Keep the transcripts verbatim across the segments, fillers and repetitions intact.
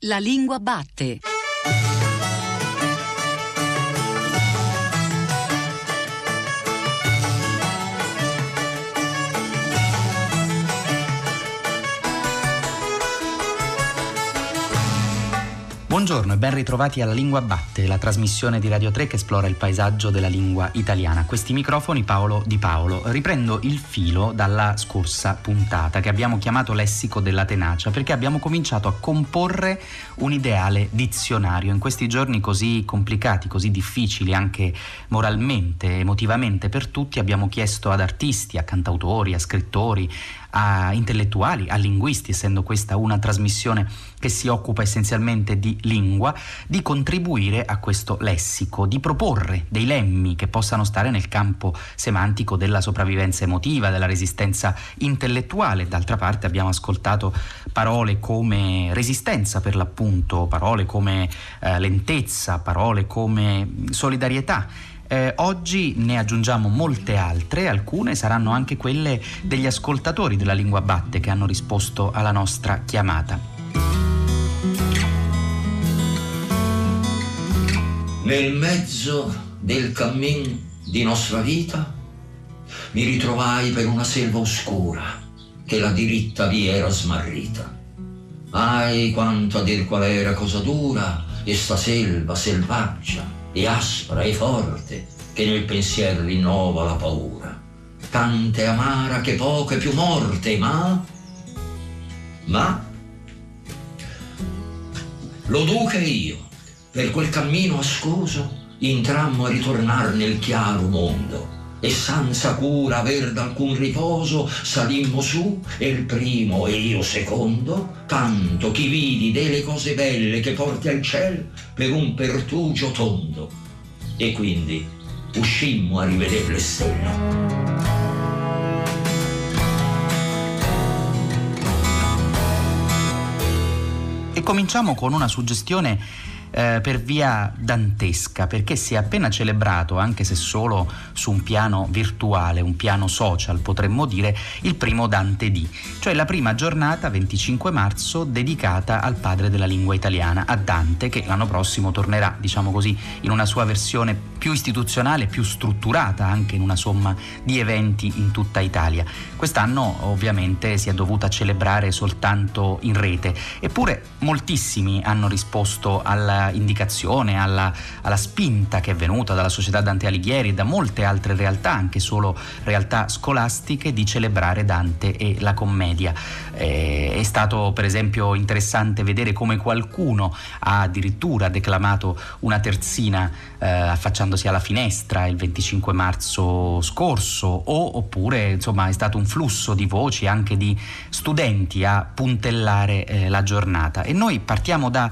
La lingua batte. Buongiorno e ben ritrovati alla Lingua Batte, la trasmissione di Radio tre che esplora il paesaggio della lingua italiana. A questi microfoni Paolo Di Paolo. Riprendo il filo dalla scorsa puntata che abbiamo chiamato Lessico della tenacia, perché abbiamo cominciato a comporre un ideale dizionario. In questi giorni così complicati, così difficili anche moralmente, emotivamente per tutti, abbiamo chiesto ad artisti, a cantautori, a scrittori, a intellettuali, a linguisti, essendo questa una trasmissione che si occupa essenzialmente di lingua, di contribuire a questo lessico, di proporre dei lemmi che possano stare nel campo semantico della sopravvivenza emotiva, della resistenza intellettuale. D'altra parte abbiamo ascoltato parole come resistenza, per l'appunto, parole come eh, lentezza, parole come solidarietà. Eh, oggi ne aggiungiamo molte altre, alcune saranno anche quelle degli ascoltatori della Lingua Batte che hanno risposto alla nostra chiamata. Nel mezzo del cammin di nostra vita mi ritrovai per una selva oscura che la diritta via era smarrita. Ahi, quanto a dir qual era cosa dura e sta selva selvaggia e aspra e forte che nel pensier rinnova la paura, tante amara che poche più morte, ma ma lo duca e io per quel cammino ascoso intrammo a ritornar nel chiaro mondo e senza cura aver d'alcun riposo salimmo su e il primo e io secondo, tanto chi vidi delle cose belle che porti al ciel per un pertugio tondo, e quindi uscimmo a rivedere le stelle. E cominciamo con una suggestione Eh, per via dantesca, perché si è appena celebrato, anche se solo su un piano virtuale, un piano social potremmo dire, il primo Dante Dì, cioè la prima giornata venticinque marzo dedicata al padre della lingua italiana, a Dante, che l'anno prossimo tornerà, diciamo così, in una sua versione più istituzionale, più strutturata, anche in una somma di eventi in tutta Italia. Quest'anno ovviamente si è dovuta celebrare soltanto in rete, eppure moltissimi hanno risposto alla indicazione, alla, alla spinta che è venuta dalla Società Dante Alighieri e da molte altre realtà, anche solo realtà scolastiche, di celebrare Dante e la commedia. Eh, è stato per esempio interessante vedere come qualcuno ha addirittura declamato una terzina eh, affacciandosi alla finestra il venticinque marzo scorso, o, oppure insomma è stato un flusso di voci anche di studenti a puntellare eh, la giornata. E noi partiamo da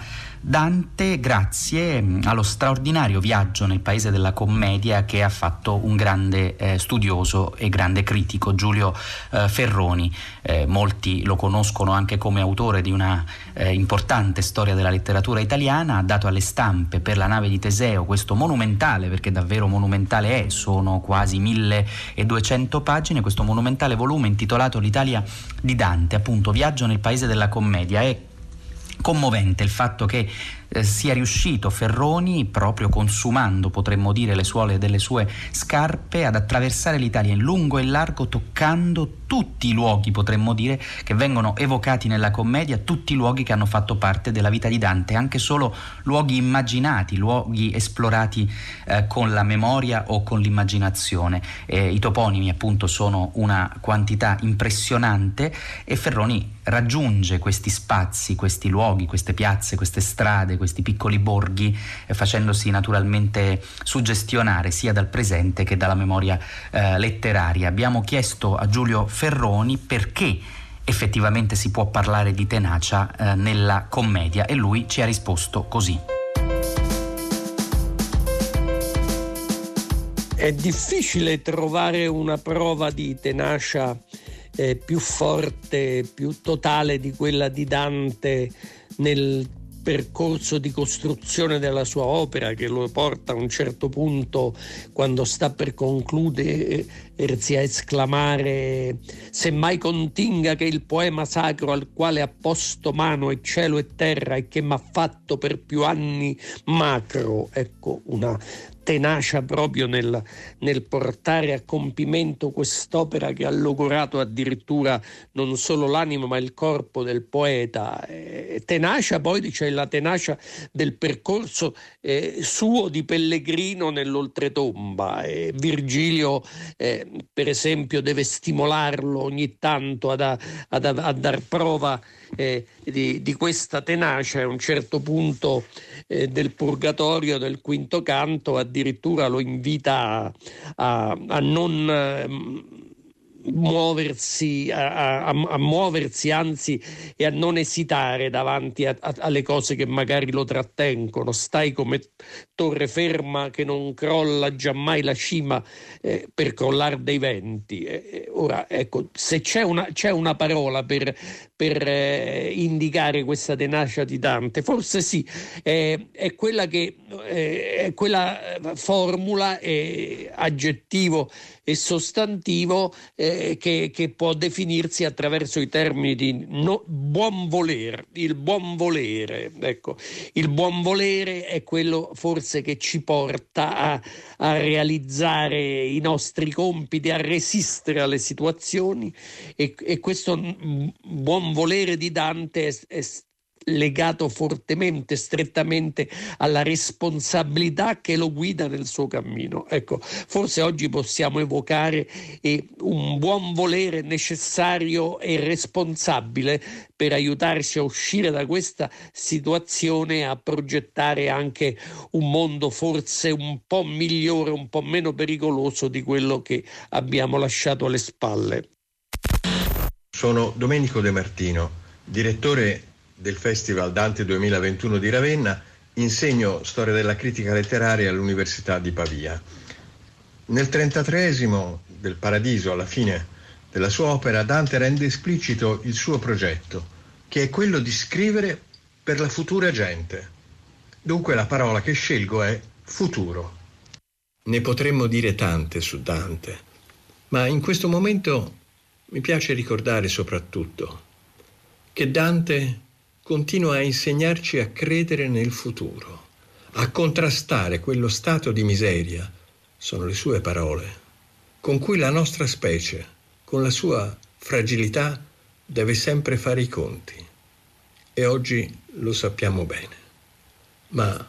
Dante grazie allo straordinario viaggio nel paese della commedia che ha fatto un grande eh, studioso e grande critico, Giulio eh, Ferroni. Eh, molti lo conoscono anche come autore di una eh, importante storia della letteratura italiana. Ha dato alle stampe per La nave di Teseo questo monumentale, perché davvero monumentale è, sono quasi milleduecento pagine, questo monumentale volume intitolato L'Italia di Dante, appunto viaggio nel paese della commedia. È commovente il fatto che eh, sia riuscito Ferroni, proprio consumando, potremmo dire, le suole delle sue scarpe, ad attraversare l'Italia in lungo e largo, toccando tutti i luoghi, potremmo dire, che vengono evocati nella commedia, tutti i luoghi che hanno fatto parte della vita di Dante, anche solo luoghi immaginati, luoghi esplorati eh, con la memoria o con l'immaginazione. Eh, I toponimi appunto sono una quantità impressionante e Ferroni raggiunge questi spazi, questi luoghi, queste piazze, queste strade, questi piccoli borghi, eh, facendosi naturalmente suggestionare sia dal presente che dalla memoria eh, letteraria. Abbiamo chiesto a Giulio Ferroni perché effettivamente si può parlare di tenacia eh, nella commedia e lui ci ha risposto così. È difficile trovare una prova di tenacia eh, più forte, più totale di quella di Dante nel percorso di costruzione della sua opera che lo porta a un certo punto, quando sta per concludere, a esclamare: semmai continga che il poema sacro al quale ha posto mano è cielo e terra e che m'ha fatto per più anni macro. Ecco, una tenacia proprio nel, nel portare a compimento quest'opera che ha logorato addirittura non solo l'anima ma il corpo del poeta. Eh, tenacia, poi c'è la tenacia del percorso eh, suo di pellegrino nell'oltretomba. Eh, Virgilio eh, per esempio deve stimolarlo ogni tanto ad, ad, ad dar prova eh, di, di questa tenacia. A un certo punto eh, del Purgatorio del quinto canto addirittura lo invita a, a, a non eh, muoversi a, a, a muoversi anzi e a non esitare davanti a, a, alle cose che magari lo trattengono. Stai come torre ferma che non crolla giammai la cima eh, per crollar dei venti. Eh, ora ecco, se c'è una, c'è una parola per, per eh, indicare questa tenacia di Dante, forse sì, eh, è quella che eh, è quella formula eh, aggettivo e sostantivo eh, che, che può definirsi attraverso i termini di no, buon volere. Il buon volere, ecco, il buon volere è quello forse che ci porta a, a realizzare i nostri compiti, a resistere alle situazioni, e, e questo buon volere di Dante è, è legato fortemente, strettamente alla responsabilità che lo guida nel suo cammino. Ecco, forse oggi possiamo evocare eh, un buon volere necessario e responsabile per aiutarci a uscire da questa situazione e a progettare anche un mondo forse un po' migliore, un po' meno pericoloso di quello che abbiamo lasciato alle spalle. Sono Domenico De Martino, direttore del Festival Dante duemilaventuno di Ravenna, insegno storia della critica letteraria all'Università di Pavia. Nel trentatreesimo del Paradiso, alla fine della sua opera, Dante rende esplicito il suo progetto, che è quello di scrivere per la futura gente. Dunque la parola che scelgo è futuro. Ne potremmo dire tante su Dante, ma in questo momento mi piace ricordare soprattutto che Dante continua a insegnarci a credere nel futuro, a contrastare quello stato di miseria, sono le sue parole, con cui la nostra specie, con la sua fragilità, deve sempre fare i conti. E oggi lo sappiamo bene. Ma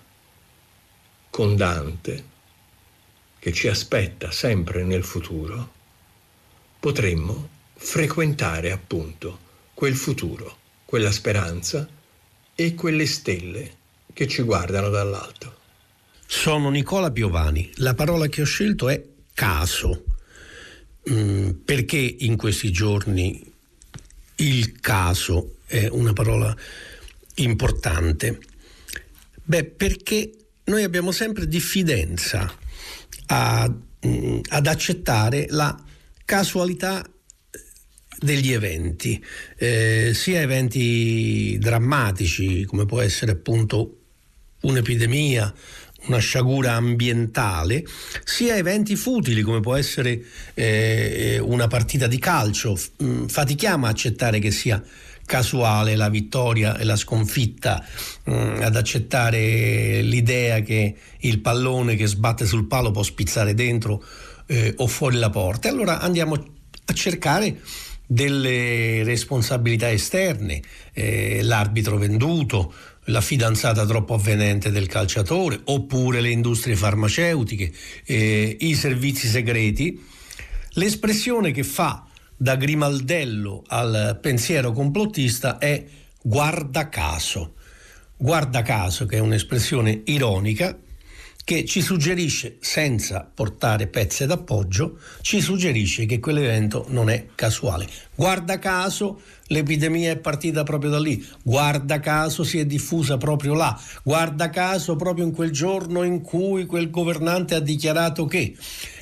con Dante, che ci aspetta sempre nel futuro, potremmo frequentare appunto quel futuro, quella speranza e quelle stelle che ci guardano dall'alto. Sono Nicola Piovani. La parola che ho scelto è caso. Mm, perché in questi giorni il caso è una parola importante? Beh, perché noi abbiamo sempre diffidenza a, mm, ad accettare la casualità degli eventi, eh, sia eventi drammatici come può essere appunto un'epidemia, una sciagura ambientale, sia eventi futili come può essere eh, una partita di calcio. Fatichiamo a accettare che sia casuale la vittoria e la sconfitta, mh, ad accettare l'idea che il pallone che sbatte sul palo può spizzare dentro eh, o fuori la porta. Allora andiamo a cercare delle responsabilità esterne, eh, l'arbitro venduto, la fidanzata troppo avvenente del calciatore, oppure le industrie farmaceutiche, eh, i servizi segreti. L'espressione che fa da grimaldello al pensiero complottista è guarda caso. Guarda caso, che è un'espressione ironica che ci suggerisce, senza portare pezze d'appoggio, ci suggerisce che quell'evento non è casuale. Guarda caso l'epidemia è partita proprio da lì, guarda caso si è diffusa proprio là, guarda caso proprio in quel giorno in cui quel governante ha dichiarato che...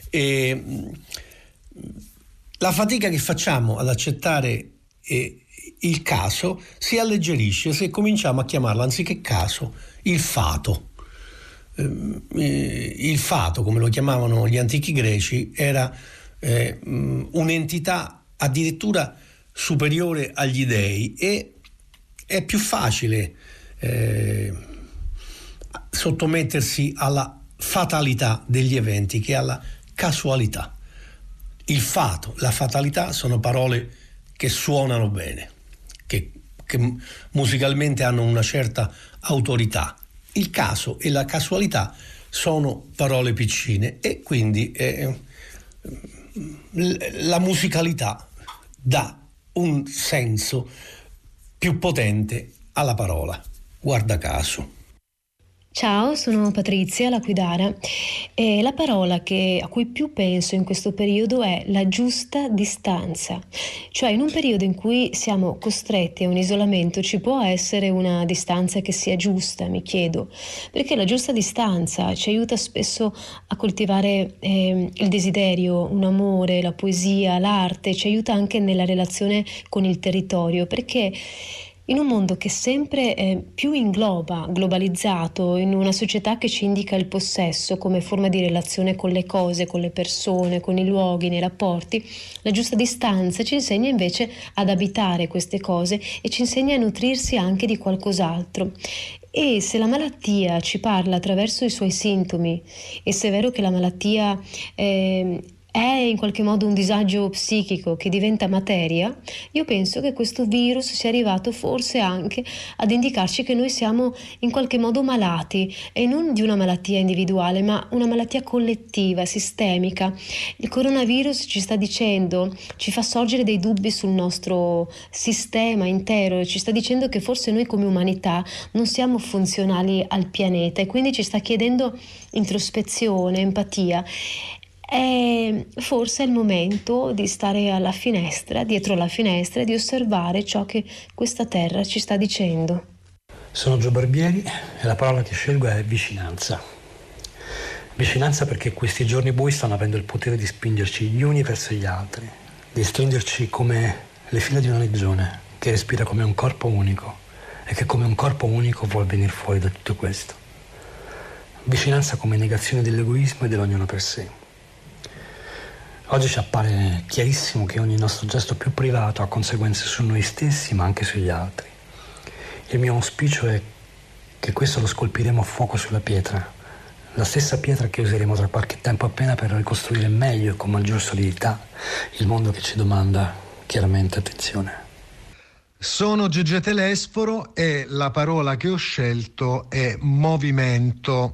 E, la fatica che facciamo ad accettare eh, il caso si alleggerisce se cominciamo a chiamarlo, anziché caso, il fato. Il fato, come lo chiamavano gli antichi greci, era eh, un'entità addirittura superiore agli dei, e è più facile eh, sottomettersi alla fatalità degli eventi che alla casualità. Il fato, la fatalità sono parole che suonano bene, che, che musicalmente hanno una certa autorità. Il caso e la casualità sono parole piccine, e quindi eh, la musicalità dà un senso più potente alla parola, guarda caso. Ciao, sono Patrizia L'Aquilana, e la parola che, a cui più penso in questo periodo è la giusta distanza. Cioè, in un periodo in cui siamo costretti a un isolamento, ci può essere una distanza che sia giusta, mi chiedo, perché la giusta distanza ci aiuta spesso a coltivare eh, il desiderio, un amore, la poesia, l'arte, ci aiuta anche nella relazione con il territorio, perché in un mondo che sempre eh, più ingloba, globalizzato, in una società che ci indica il possesso come forma di relazione con le cose, con le persone, con i luoghi, nei rapporti, la giusta distanza ci insegna invece ad abitare queste cose e ci insegna a nutrirsi anche di qualcos'altro. E se la malattia ci parla attraverso i suoi sintomi, e se è vero che la malattia eh, è in qualche modo un disagio psichico che diventa materia, io penso che questo virus sia arrivato forse anche ad indicarci che noi siamo in qualche modo malati, e non di una malattia individuale, ma una malattia collettiva, sistemica. Il coronavirus ci sta dicendo, ci fa sorgere dei dubbi sul nostro sistema intero, ci sta dicendo che forse noi come umanità non siamo funzionali al pianeta, e quindi ci sta chiedendo introspezione, empatia. E forse è il momento di stare alla finestra, dietro la finestra, e di osservare ciò che questa terra ci sta dicendo. Sono Gio Barbieri e la parola che scelgo è vicinanza. Vicinanza perché questi giorni bui stanno avendo il potere di spingerci gli uni verso gli altri, di stringerci come le fila di una legione che respira come un corpo unico e che come un corpo unico vuol venire fuori da tutto questo. Vicinanza come negazione dell'egoismo e dell'ognuno per sé. Oggi ci appare chiarissimo che ogni nostro gesto più privato ha conseguenze su noi stessi, ma anche sugli altri. Il mio auspicio è che questo lo scolpiremo a fuoco sulla pietra, la stessa pietra che useremo tra qualche tempo appena per ricostruire meglio e con maggior solidità il mondo che ci domanda chiaramente attenzione. Sono Gigi Telesforo e la parola che ho scelto è movimento.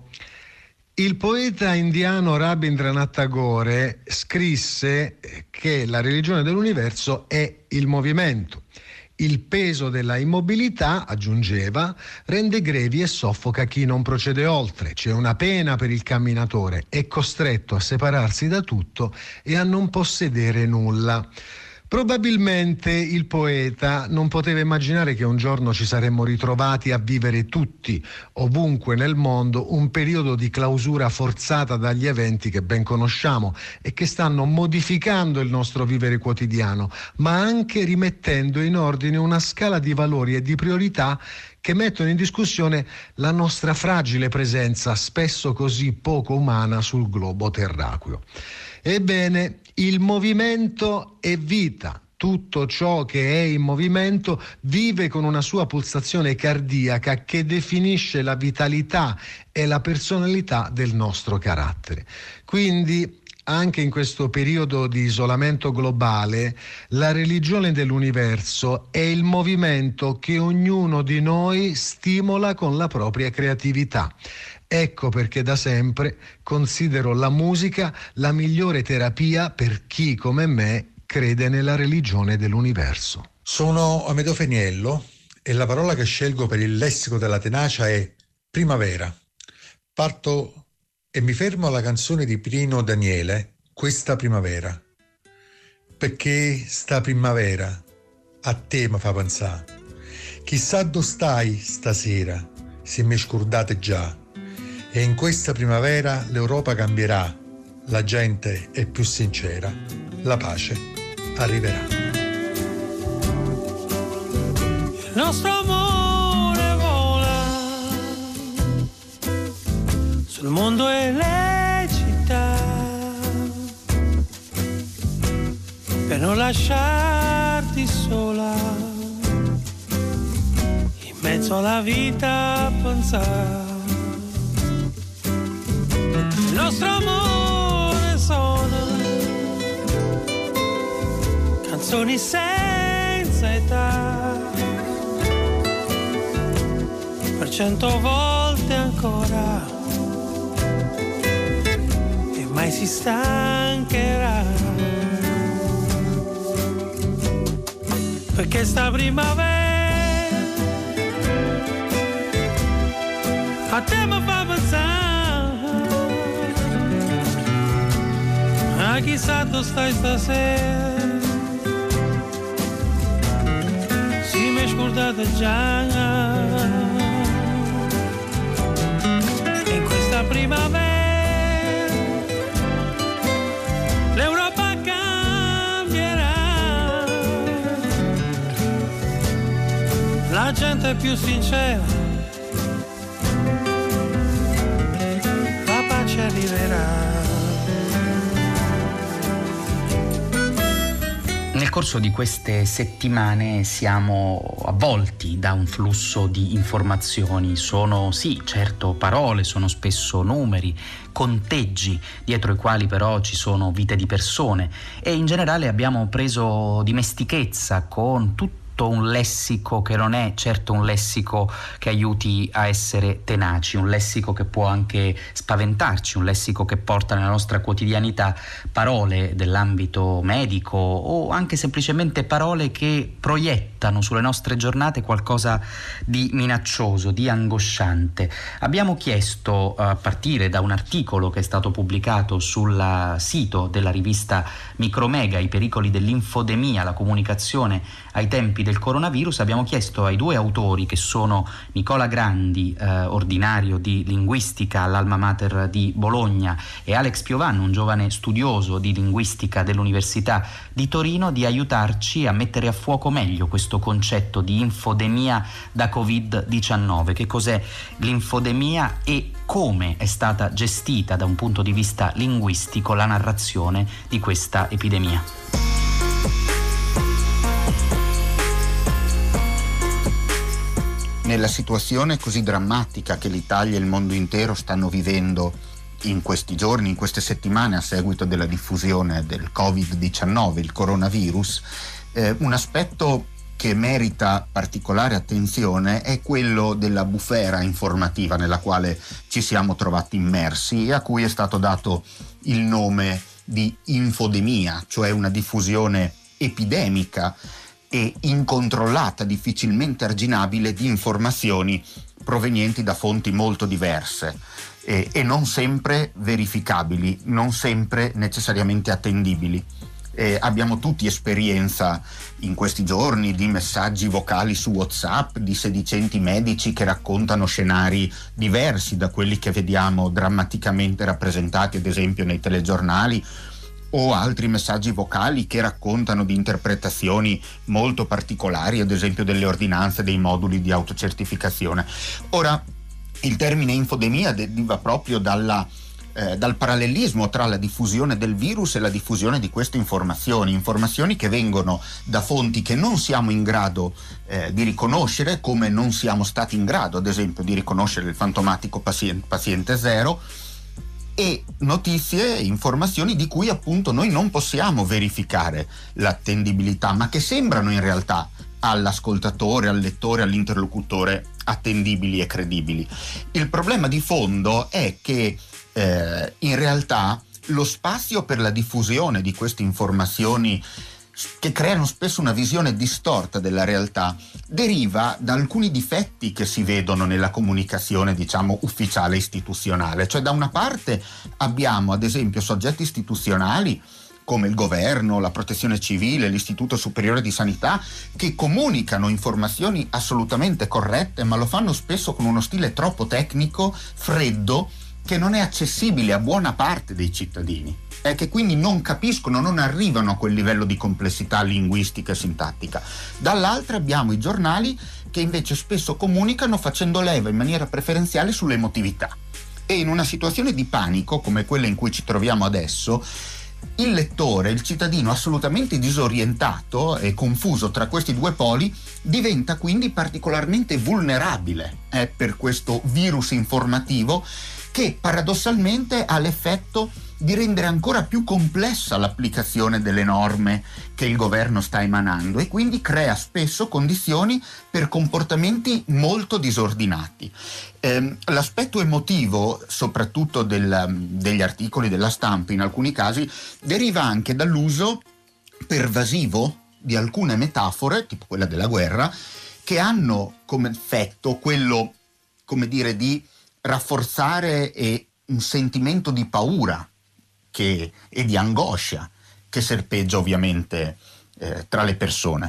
Il poeta indiano Rabindranath Tagore scrisse che la religione dell'universo è il movimento. Il peso della immobilità, aggiungeva, rende grevi e soffoca chi non procede oltre. C'è una pena per il camminatore, è costretto a separarsi da tutto e a non possedere nulla. Probabilmente il poeta non poteva immaginare che un giorno ci saremmo ritrovati a vivere tutti, ovunque nel mondo, un periodo di clausura forzata dagli eventi che ben conosciamo e che stanno modificando il nostro vivere quotidiano, ma anche rimettendo in ordine una scala di valori e di priorità che mettono in discussione la nostra fragile presenza, spesso così poco umana, sul globo terracqueo. Ebbene, il movimento è vita. Tutto ciò che è in movimento vive con una sua pulsazione cardiaca che definisce la vitalità e la personalità del nostro carattere. Quindi, anche in questo periodo di isolamento globale, la religione dell'universo è il movimento che ognuno di noi stimola con la propria creatività. Ecco perché da sempre considero la musica la migliore terapia per chi, come me, crede nella religione dell'universo. Sono Amedeo Feniello e la parola che scelgo per il lessico della tenacia è primavera. Parto e mi fermo alla canzone di Pino Daniele, Questa primavera. Perché sta primavera a te mi fa pensare. Chissà dove stai stasera, se mi scordate già. E in questa primavera l'Europa cambierà, la gente è più sincera, la pace arriverà. nostro amore vola sul mondo e le città per non lasciarti sola in mezzo alla vita a pensare. Il nostro amore suona canzoni senza età, per cento volte ancora, e mai si stancherà, perché sta primavera a te mi fa pensare, a chissà dove stai stasera. Si mi è scordata già, in questa primavera l'Europa cambierà, la gente è più sincera, la pace arriverà. Nel corso di queste settimane siamo avvolti da un flusso di informazioni. Sono sì, certo, parole, sono spesso numeri, conteggi, dietro i quali però ci sono vite di persone, e in generale abbiamo preso dimestichezza con tutto un lessico che non è certo un lessico che aiuti a essere tenaci, un lessico che può anche spaventarci, un lessico che porta nella nostra quotidianità parole dell'ambito medico o anche semplicemente parole che proiettano sulle nostre giornate qualcosa di minaccioso, di angosciante. Abbiamo chiesto, a partire da un articolo che è stato pubblicato sul sito della rivista Micromega, i pericoli dell'infodemia, la comunicazione ai tempi del coronavirus, abbiamo chiesto ai due autori, che sono Nicola Grandi, eh, ordinario di linguistica all'Alma Mater di Bologna, e Alex Piovanno, un giovane studioso di linguistica dell'Università di Torino, di aiutarci a mettere a fuoco meglio questo concetto di infodemia da covid diciannove. Che cos'è l'infodemia e come è stata gestita da un punto di vista linguistico la narrazione di questa epidemia. Nella situazione così drammatica che l'Italia e il mondo intero stanno vivendo in questi giorni, in queste settimane, a seguito della diffusione del covid diciannove, il coronavirus, eh, un aspetto che merita particolare attenzione è quello della bufera informativa nella quale ci siamo trovati immersi e a cui è stato dato il nome di infodemia, cioè una diffusione epidemica e incontrollata, difficilmente arginabile, di informazioni provenienti da fonti molto diverse e, e non sempre verificabili, non sempre necessariamente attendibili. Eh, abbiamo tutti esperienza in questi giorni di messaggi vocali su WhatsApp di sedicenti medici che raccontano scenari diversi da quelli che vediamo drammaticamente rappresentati ad esempio nei telegiornali, o altri messaggi vocali che raccontano di interpretazioni molto particolari, ad esempio delle ordinanze dei moduli di autocertificazione. Ora, il termine infodemia deriva proprio dalla, eh, dal parallelismo tra la diffusione del virus e la diffusione di queste informazioni, informazioni che vengono da fonti che non siamo in grado eh, di riconoscere, come non siamo stati in grado, ad esempio, di riconoscere il fantomatico paziente, paziente zero, e notizie e informazioni di cui appunto noi non possiamo verificare l'attendibilità, ma che sembrano in realtà all'ascoltatore, al lettore, all'interlocutore attendibili e credibili. Il problema di fondo è che eh, in realtà lo spazio per la diffusione di queste informazioni, che creano spesso una visione distorta della realtà, deriva da alcuni difetti che si vedono nella comunicazione, diciamo, ufficiale istituzionale. Cioè, da una parte abbiamo ad esempio soggetti istituzionali come il governo, la protezione civile, l'Istituto Superiore di Sanità, che comunicano informazioni assolutamente corrette, ma lo fanno spesso con uno stile troppo tecnico, freddo, che non è accessibile a buona parte dei cittadini, e che quindi non capiscono, non arrivano a quel livello di complessità linguistica e sintattica. Dall'altra abbiamo i giornali che invece spesso comunicano facendo leva in maniera preferenziale sull'emotività. E in una situazione di panico come quella in cui ci troviamo adesso, il lettore, il cittadino assolutamente disorientato e confuso tra questi due poli, diventa quindi particolarmente vulnerabile eh, per questo virus informativo che paradossalmente ha l'effetto di rendere ancora più complessa l'applicazione delle norme che il governo sta emanando e quindi crea spesso condizioni per comportamenti molto disordinati. Eh, l'aspetto emotivo, soprattutto del, degli articoli della stampa in alcuni casi, deriva anche dall'uso pervasivo di alcune metafore, tipo quella della guerra, che hanno come effetto quello, come dire, di rafforzare e un sentimento di paura che, e di angoscia che serpeggia ovviamente eh, tra le persone.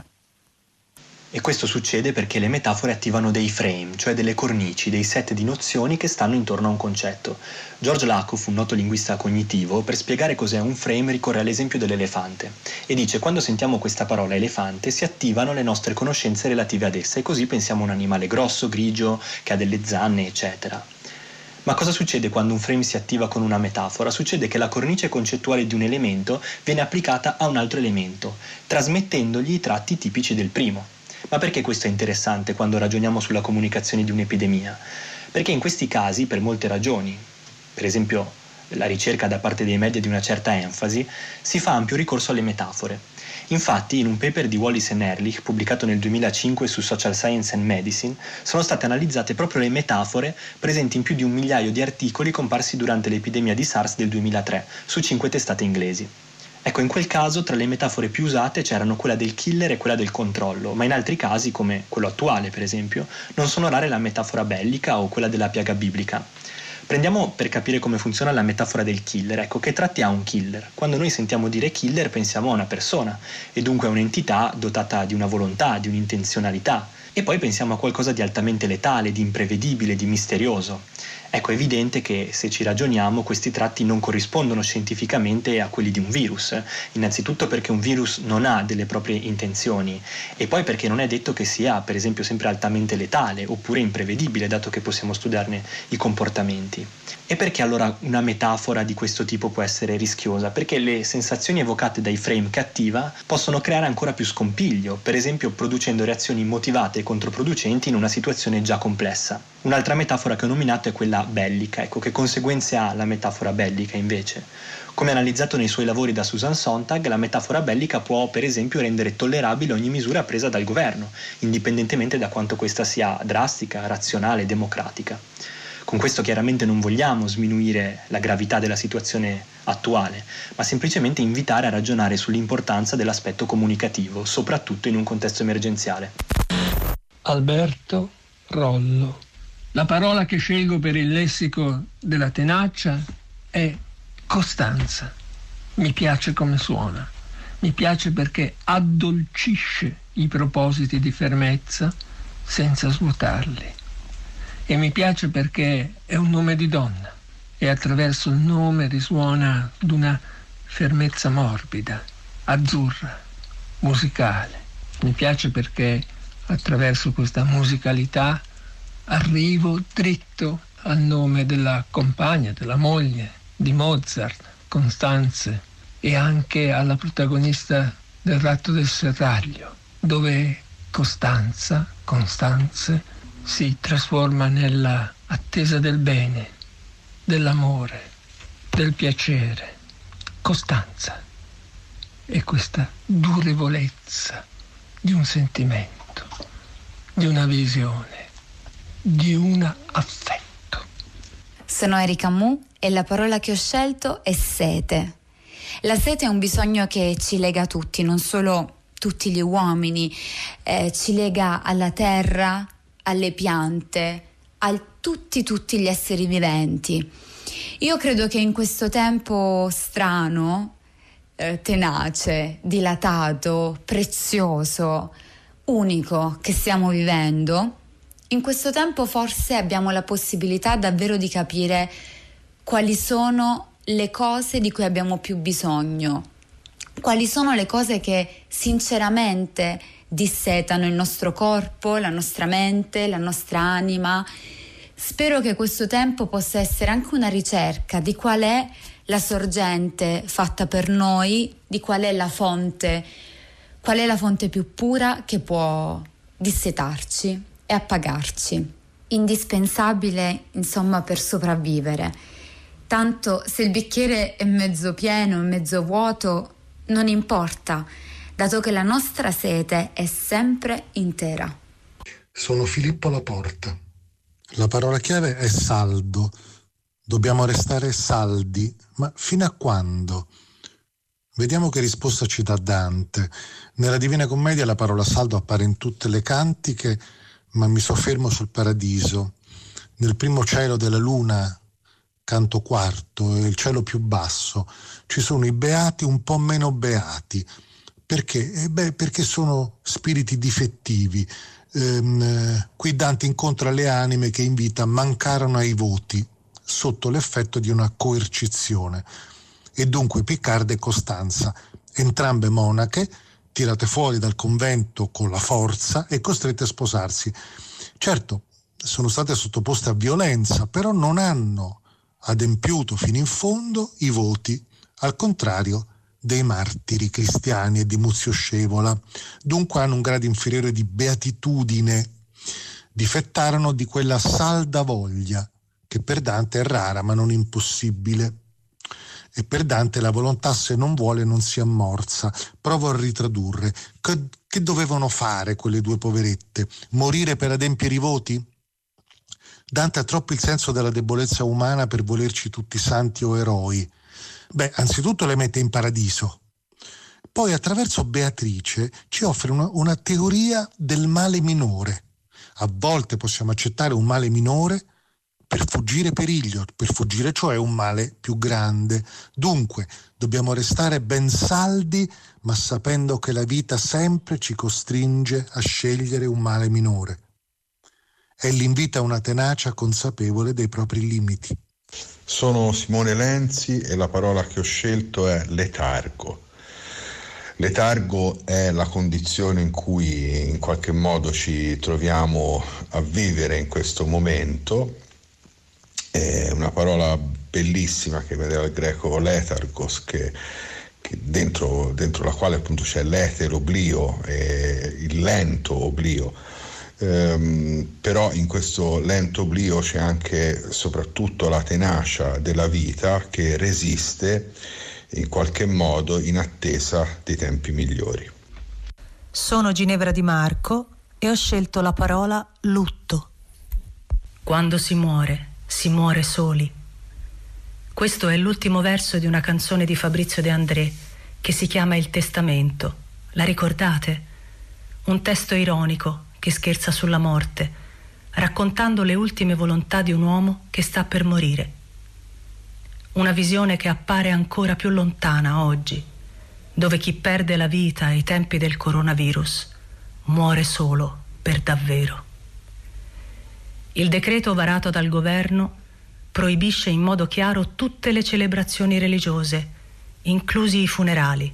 E questo succede perché le metafore attivano dei frame, cioè delle cornici, dei set di nozioni che stanno intorno a un concetto. George Lakoff, un noto linguista cognitivo, per spiegare cos'è un frame ricorre all'esempio dell'elefante e dice: quando sentiamo questa parola elefante si attivano le nostre conoscenze relative ad essa e così pensiamo a un animale grosso, grigio, che ha delle zanne, eccetera. Ma cosa succede quando un frame si attiva con una metafora? Succede che la cornice concettuale di un elemento viene applicata a un altro elemento, trasmettendogli i tratti tipici del primo. Ma perché questo è interessante quando ragioniamo sulla comunicazione di un'epidemia? Perché in questi casi, per molte ragioni, per esempio la ricerca da parte dei media di una certa enfasi, si fa ampio ricorso alle metafore. Infatti, in un paper di Wallis and Ehrlich, pubblicato nel duemilacinque su Social Science and Medicine, sono state analizzate proprio le metafore presenti in più di un migliaio di articoli comparsi durante l'epidemia di SARS del duemilatré, su cinque testate inglesi. Ecco, in quel caso tra le metafore più usate c'erano quella del killer e quella del controllo, ma in altri casi, come quello attuale per esempio, non sono rare la metafora bellica o quella della piaga biblica. Prendiamo per capire come funziona la metafora del killer. Ecco, che tratti ha un killer? Quando noi sentiamo dire killer pensiamo a una persona e dunque a un'entità dotata di una volontà, di un'intenzionalità, e poi pensiamo a qualcosa di altamente letale, di imprevedibile, di misterioso. Ecco, è evidente che se ci ragioniamo questi tratti non corrispondono scientificamente a quelli di un virus, innanzitutto perché un virus non ha delle proprie intenzioni e poi perché non è detto che sia per esempio sempre altamente letale oppure imprevedibile, dato che possiamo studiarne i comportamenti. E perché allora una metafora di questo tipo può essere rischiosa? Perché le sensazioni evocate dai frame che attiva possono creare ancora più scompiglio, per esempio producendo reazioni motivate e controproducenti in una situazione già complessa. Un'altra metafora che ho nominato è quella bellica. Ecco, che conseguenze ha la metafora bellica invece? Come analizzato nei suoi lavori da Susan Sontag, la metafora bellica può per esempio rendere tollerabile ogni misura presa dal governo, indipendentemente da quanto questa sia drastica, razionale, democratica. Con questo chiaramente non vogliamo sminuire la gravità della situazione attuale, ma semplicemente invitare a ragionare sull'importanza dell'aspetto comunicativo, soprattutto in un contesto emergenziale. Alberto Rollo. La parola che scelgo per il lessico della tenacia è costanza. Mi piace come suona. Mi piace perché addolcisce i propositi di fermezza senza svuotarli. E mi piace perché è un nome di donna e attraverso il nome risuona d'una fermezza morbida, azzurra, musicale. Mi piace perché attraverso questa musicalità arrivo dritto al nome della compagna, della moglie, di Mozart, Costanze, e anche alla protagonista del Ratto del Serraglio, dove Costanza, Costanze, si trasforma nella attesa del bene, dell'amore, del piacere. Costanza è questa durevolezza di un sentimento, di una visione, di un affetto. Sono Erika Mu e la parola che ho scelto è sete. La sete è un bisogno che ci lega a tutti, non solo tutti gli uomini, eh, ci lega alla terra, alle piante, a tutti tutti gli esseri viventi. Io credo che in questo tempo strano, eh, tenace, dilatato, prezioso, unico che stiamo vivendo, in questo tempo forse abbiamo la possibilità davvero di capire quali sono le cose di cui abbiamo più bisogno, quali sono le cose che sinceramente dissetano il nostro corpo, la nostra mente, la nostra anima. Spero che questo tempo possa essere anche una ricerca di qual è la sorgente fatta per noi, di qual è la fonte, qual è la fonte più pura che può dissetarci e appagarci. Indispensabile, insomma, per sopravvivere. Tanto se il bicchiere è mezzo pieno o mezzo vuoto, non importa, dato che la nostra sete è sempre intera. Sono Filippo Laporta. La parola chiave è saldo. Dobbiamo restare saldi, ma fino a quando? Vediamo che risposta ci dà Dante. Nella Divina Commedia la parola saldo appare in tutte le cantiche, ma mi soffermo sul paradiso. Nel primo cielo della luna, canto quarto, è il cielo più basso, ci sono i beati un po' meno beati. Perché? Eh beh, perché sono spiriti difettivi. Ehm, qui Dante incontra le anime che in vita mancarono ai voti sotto l'effetto di una coercizione. E dunque Piccarda e Costanza, entrambe monache, tirate fuori dal convento con la forza e costrette a sposarsi. Certo, sono state sottoposte a violenza, però non hanno adempiuto fino in fondo i voti, al contrario dei martiri cristiani e di Muzio Scevola. Dunque hanno un grado inferiore di beatitudine, difettarono di quella salda voglia, che per Dante è rara ma non impossibile. E per Dante la volontà, se non vuole, non si ammorza. Provo a ritradurre. Che, che dovevano fare quelle due poverette? Morire per adempiere i voti? Dante ha troppo il senso della debolezza umana per volerci tutti santi o eroi. Beh, anzitutto le mette in paradiso. Poi attraverso Beatrice ci offre una, una teoria del male minore. A volte possiamo accettare un male minore per fuggire periglio, per fuggire cioè un male più grande. Dunque, dobbiamo restare ben saldi, ma sapendo che la vita sempre ci costringe a scegliere un male minore. È l'invito a una tenacia consapevole dei propri limiti. Sono Simone Lenzi e la parola che ho scelto è letargo. Letargo è la condizione in cui in qualche modo ci troviamo a vivere in questo momento. È una parola bellissima che viene dal greco letargos, che, che dentro, dentro la quale appunto c'è l'etere, oblio, e il lento oblio. Ehm, però in questo lento oblio c'è anche soprattutto la tenacia della vita che resiste in qualche modo in attesa dei tempi migliori. Sono Ginevra Di Marco e ho scelto la parola lutto. Quando si muore, si muore soli. Questo è l'ultimo verso di una canzone di Fabrizio De André che si chiama Il Testamento. La ricordate? Un testo ironico che scherza sulla morte, raccontando le ultime volontà di un uomo che sta per morire. Una visione che appare ancora più lontana oggi, dove chi perde la vita ai tempi del coronavirus muore solo per davvero. Il decreto varato dal governo proibisce in modo chiaro tutte le celebrazioni religiose, inclusi i funerali.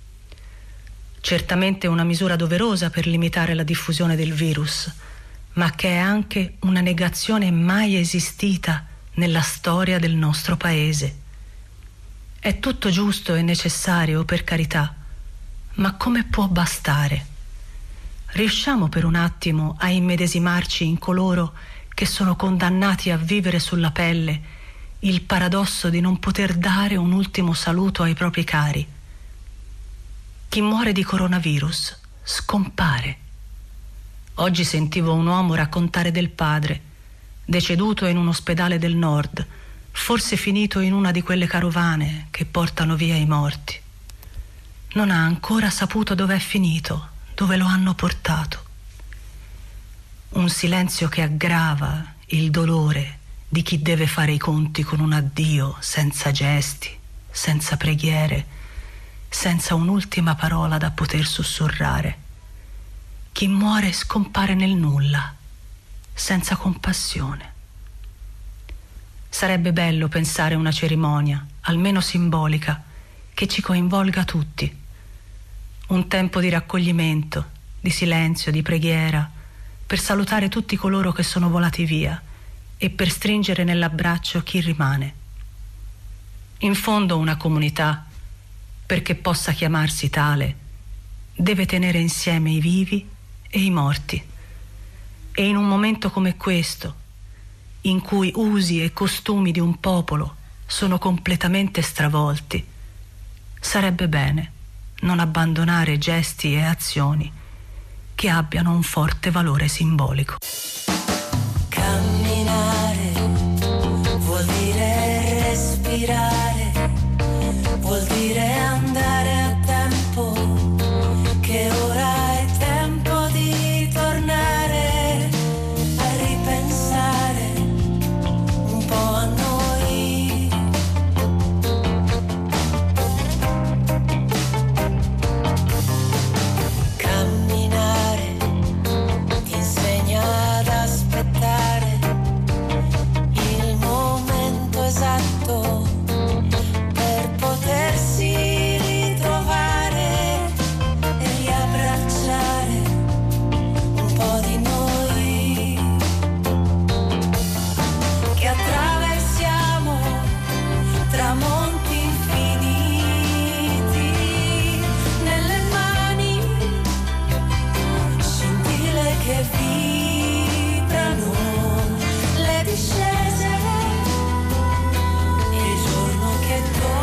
Certamente una misura doverosa per limitare la diffusione del virus, ma che è anche una negazione mai esistita nella storia del nostro paese. È tutto giusto e necessario, per carità, ma come può bastare? Riusciamo per un attimo a immedesimarci in coloro che sono condannati a vivere sulla pelle il paradosso di non poter dare un ultimo saluto ai propri cari. Chi muore di coronavirus scompare. Oggi sentivo un uomo raccontare del padre, deceduto in un ospedale del nord, forse finito in una di quelle carovane che portano via i morti. Non ha ancora saputo dove è finito, dove lo hanno portato. Un silenzio che aggrava il dolore di chi deve fare i conti con un addio senza gesti, senza preghiere, senza un'ultima parola da poter sussurrare. Chi muore scompare nel nulla, senza compassione. Sarebbe bello pensare una cerimonia, almeno simbolica, che ci coinvolga tutti. Un tempo di raccoglimento, di silenzio, di preghiera, per salutare tutti coloro che sono volati via e per stringere nell'abbraccio chi rimane. In fondo una comunità, perché possa chiamarsi tale, deve tenere insieme i vivi e i morti. E in un momento come questo, in cui usi e costumi di un popolo sono completamente stravolti, sarebbe bene non abbandonare gesti e azioni che abbiano un forte valore simbolico. Camminare vuol dire respirare, vuol dire andare a tempo, che ora è tempo di tornare a ripensare un po' a noi. Camminare ti insegna ad aspettare il momento esatto per potersi ritrovare e riabbracciare un po' di noi che attraversiamo tramonti infiniti nelle mani, scintille che vibrano, le discese, il giorno che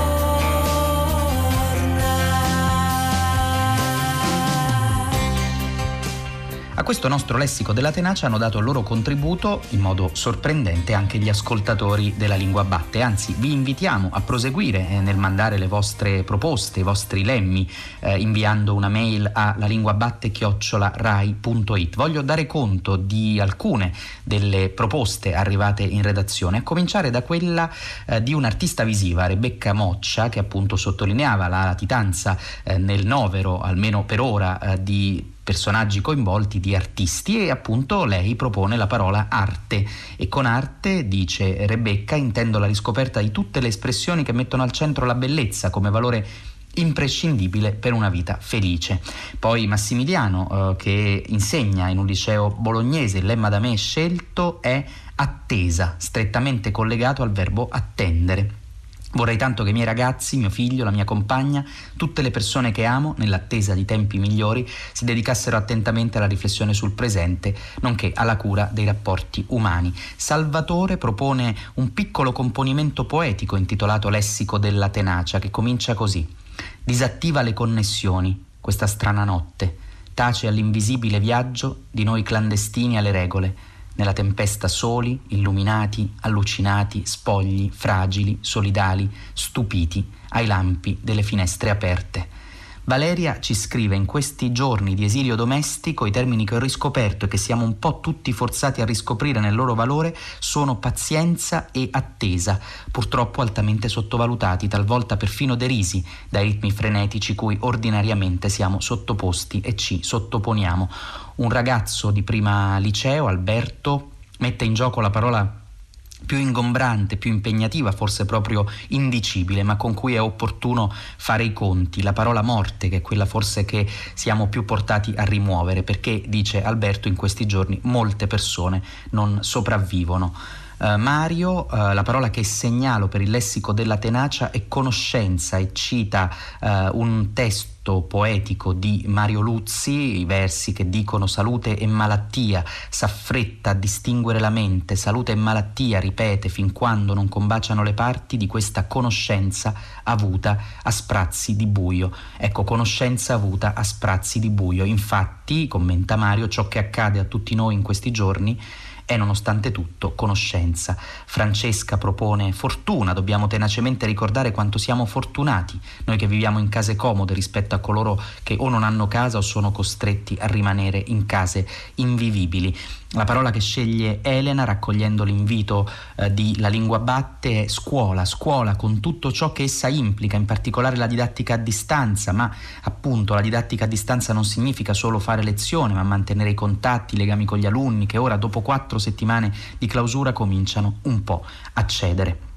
A questo nostro lessico della tenacia hanno dato il loro contributo in modo sorprendente anche gli ascoltatori della Lingua Batte, anzi vi invitiamo a proseguire eh, nel mandare le vostre proposte, i vostri lemmi, eh, inviando una mail a lalinguabatte chiocciola rai punto it. Voglio dare conto di alcune delle proposte arrivate in redazione, a cominciare da quella eh, di un'artista visiva, Rebecca Moccia, che appunto sottolineava la latitanza eh, nel novero, almeno per ora, eh, di personaggi coinvolti, di artisti, e appunto lei propone la parola arte, e con arte, dice Rebecca, intendo la riscoperta di tutte le espressioni che mettono al centro la bellezza come valore imprescindibile per una vita felice. Poi Massimiliano, eh, che insegna in un liceo bolognese, il lemma da me scelto è attesa, strettamente collegato al verbo attendere. Vorrei tanto che i miei ragazzi, mio figlio, la mia compagna, tutte le persone che amo, nell'attesa di tempi migliori, si dedicassero attentamente alla riflessione sul presente, nonché alla cura dei rapporti umani. Salvatore propone un piccolo componimento poetico intitolato Lessico della tenacia, che comincia così: disattiva le connessioni, questa strana notte, tace all'invisibile viaggio di noi clandestini alle regole, nella tempesta soli, illuminati, allucinati, spogli, fragili, solidali, stupiti, ai lampi delle finestre aperte. Valeria ci scrive: in questi giorni di esilio domestico i termini che ho riscoperto e che siamo un po' tutti forzati a riscoprire nel loro valore sono pazienza e attesa, purtroppo altamente sottovalutati, talvolta perfino derisi dai ritmi frenetici cui ordinariamente siamo sottoposti e ci sottoponiamo. Un ragazzo di prima liceo, Alberto, mette in gioco la parola più ingombrante, più impegnativa, forse proprio indicibile, ma con cui è opportuno fare i conti, la parola morte, che è quella forse che siamo più portati a rimuovere, perché, dice Alberto, in questi giorni molte persone non sopravvivono. Uh, Mario, uh, la parola che segnalo per il lessico della tenacia è conoscenza, e cita uh, un testo poetico di Mario Luzzi, i versi che dicono: salute e malattia, s'affretta a distinguere la mente, salute e malattia ripete fin quando non combaciano le parti di questa conoscenza avuta a sprazzi di buio. Ecco, conoscenza avuta a sprazzi di buio. Infatti, commenta Mario, ciò che accade a tutti noi in questi giorni è nonostante tutto conoscenza. Francesca propone fortuna, dobbiamo tenacemente ricordare quanto siamo fortunati noi che viviamo in case comode rispetto a coloro che o non hanno casa o sono costretti a rimanere in case invivibili. La parola che sceglie Elena, raccogliendo l'invito eh, di La Lingua Batte, è scuola, scuola con tutto ciò che essa implica, in particolare la didattica a distanza, ma appunto la didattica a distanza non significa solo fare lezione, ma mantenere i contatti, i legami con gli alunni che ora, dopo quattro settimane di clausura, cominciano un po' a cedere.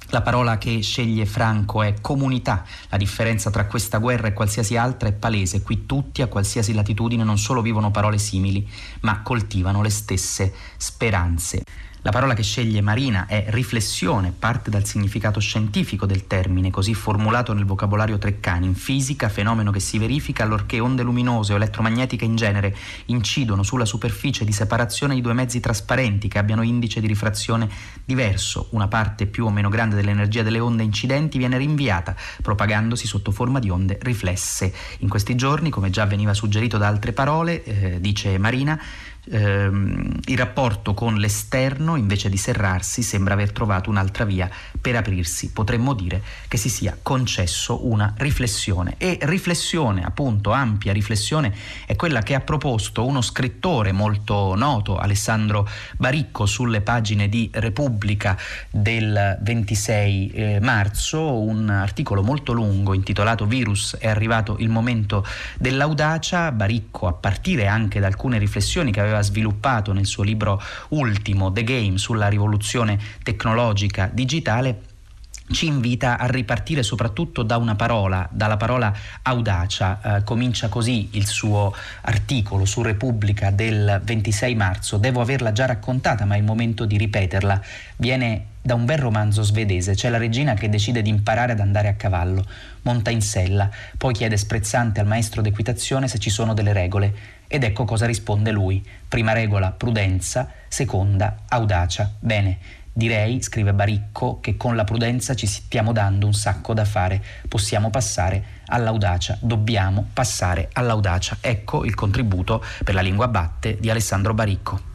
La parola che sceglie Franco è comunità. La differenza tra questa guerra e qualsiasi altra è palese. Qui tutti, a qualsiasi latitudine, non solo vivono parole simili, ma coltivano le stesse speranze. La parola che sceglie Marina è riflessione, parte dal significato scientifico del termine, così formulato nel vocabolario Treccani. In fisica, fenomeno che si verifica allorché onde luminose o elettromagnetiche in genere incidono sulla superficie di separazione di due mezzi trasparenti che abbiano indice di rifrazione diverso. Una parte più o meno grande dell'energia delle onde incidenti viene rinviata, propagandosi sotto forma di onde riflesse. In questi giorni, come già veniva suggerito da altre parole, eh, dice Marina, Ehm, il rapporto con l'esterno, invece di serrarsi, sembra aver trovato un'altra via per aprirsi. Potremmo dire che si sia concesso una riflessione, e riflessione, appunto, ampia riflessione, è quella che ha proposto uno scrittore molto noto, Alessandro Baricco, sulle pagine di Repubblica del ventisei eh, marzo, un articolo molto lungo intitolato "Virus, è arrivato il momento dell'audacia". Baricco, a partire anche da alcune riflessioni che aveva sviluppato nel suo libro ultimo, The Game, sulla rivoluzione tecnologica digitale, ci invita a ripartire soprattutto da una parola, dalla parola audacia. Eh, comincia così il suo articolo su Repubblica del ventisei marzo: "Devo averla già raccontata, ma è il momento di ripeterla. Viene da un bel romanzo svedese. C'è la regina che decide di imparare ad andare a cavallo, monta in sella, poi chiede sprezzante al maestro d'equitazione se ci sono delle regole. Ed ecco cosa risponde lui: prima regola, prudenza; seconda, audacia. Bene, direi", scrive Baricco, "che con la prudenza ci stiamo dando un sacco da fare. Possiamo passare all'audacia, dobbiamo passare all'audacia". Ecco il contributo per la lingua batte di Alessandro Baricco.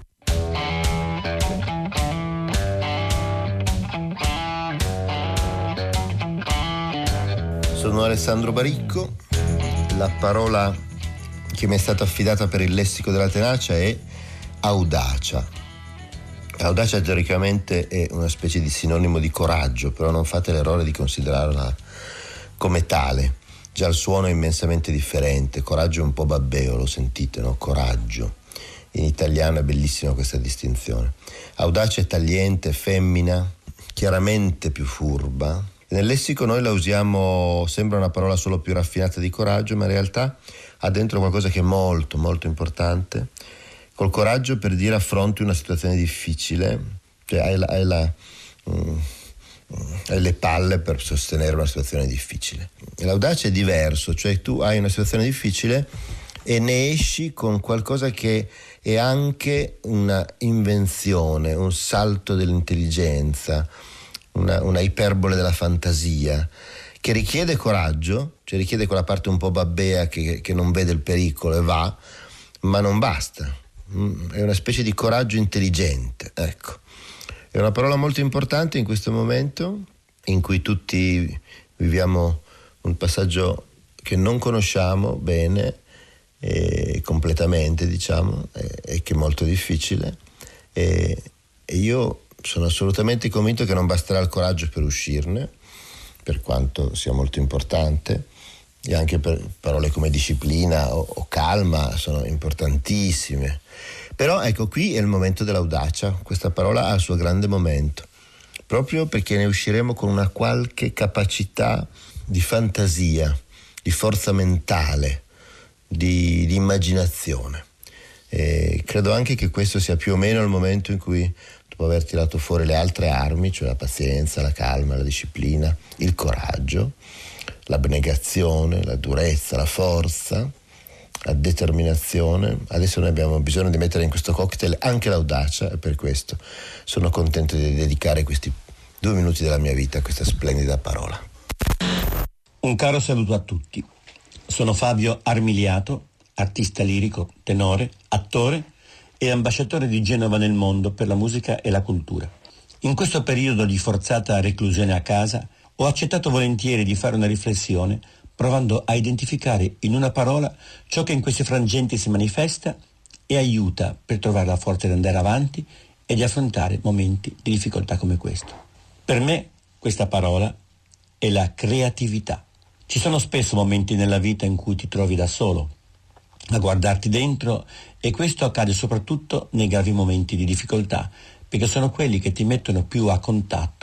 Sono Alessandro Baricco. La parola che mi è stata affidata per il lessico della tenacia è audacia. Audacia teoricamente è una specie di sinonimo di coraggio, però non fate l'errore di considerarla come tale. Già il suono è immensamente differente. Coraggio è un po' babbeo, lo sentite, no? Coraggio. In italiano è bellissima questa distinzione. Audacia è tagliente, femmina, chiaramente più furba. Nel lessico noi la usiamo, sembra una parola solo più raffinata di coraggio, ma in realtà ha dentro qualcosa che è molto, molto importante. Col coraggio, per dire, affronti una situazione difficile, cioè hai, la, hai, la, mm, hai le palle per sostenere una situazione difficile. E l'audacia è diverso, cioè tu hai una situazione difficile e ne esci con qualcosa che è anche una invenzione, un salto dell'intelligenza, una, una iperbole della fantasia, che richiede coraggio, cioè richiede quella parte un po' babbea che, che non vede il pericolo e va, ma non basta. È una specie di coraggio intelligente, ecco. È una parola molto importante in questo momento in cui tutti viviamo un passaggio che non conosciamo bene e completamente, diciamo, e, e che è molto difficile, e, e io sono assolutamente convinto che non basterà il coraggio per uscirne, per quanto sia molto importante, e anche per parole come disciplina o, o calma sono importantissime. Però ecco, qui è il momento dell'audacia. Questa parola ha il suo grande momento, proprio perché ne usciremo con una qualche capacità di fantasia, di forza mentale, di, di immaginazione. E credo anche che questo sia più o meno il momento in cui, dopo aver tirato fuori le altre armi, cioè la pazienza, la calma, la disciplina, il coraggio, l'abnegazione, la durezza, la forza, la determinazione, adesso noi abbiamo bisogno di mettere in questo cocktail anche l'audacia, e per questo sono contento di dedicare questi due minuti della mia vita a questa splendida parola. Un caro saluto a tutti. Sono Fabio Armiliato, artista lirico, tenore, attore e ambasciatore di Genova nel mondo per la musica e la cultura. In questo periodo di forzata reclusione a casa ho accettato volentieri di fare una riflessione, provando a identificare in una parola ciò che in questi frangenti si manifesta e aiuta per trovare la forza di andare avanti e di affrontare momenti di difficoltà come questo. Per me questa parola è la creatività. Ci sono spesso momenti nella vita in cui ti trovi da solo, a guardarti dentro, e questo accade soprattutto nei gravi momenti di difficoltà, perché sono quelli che ti mettono più a contatto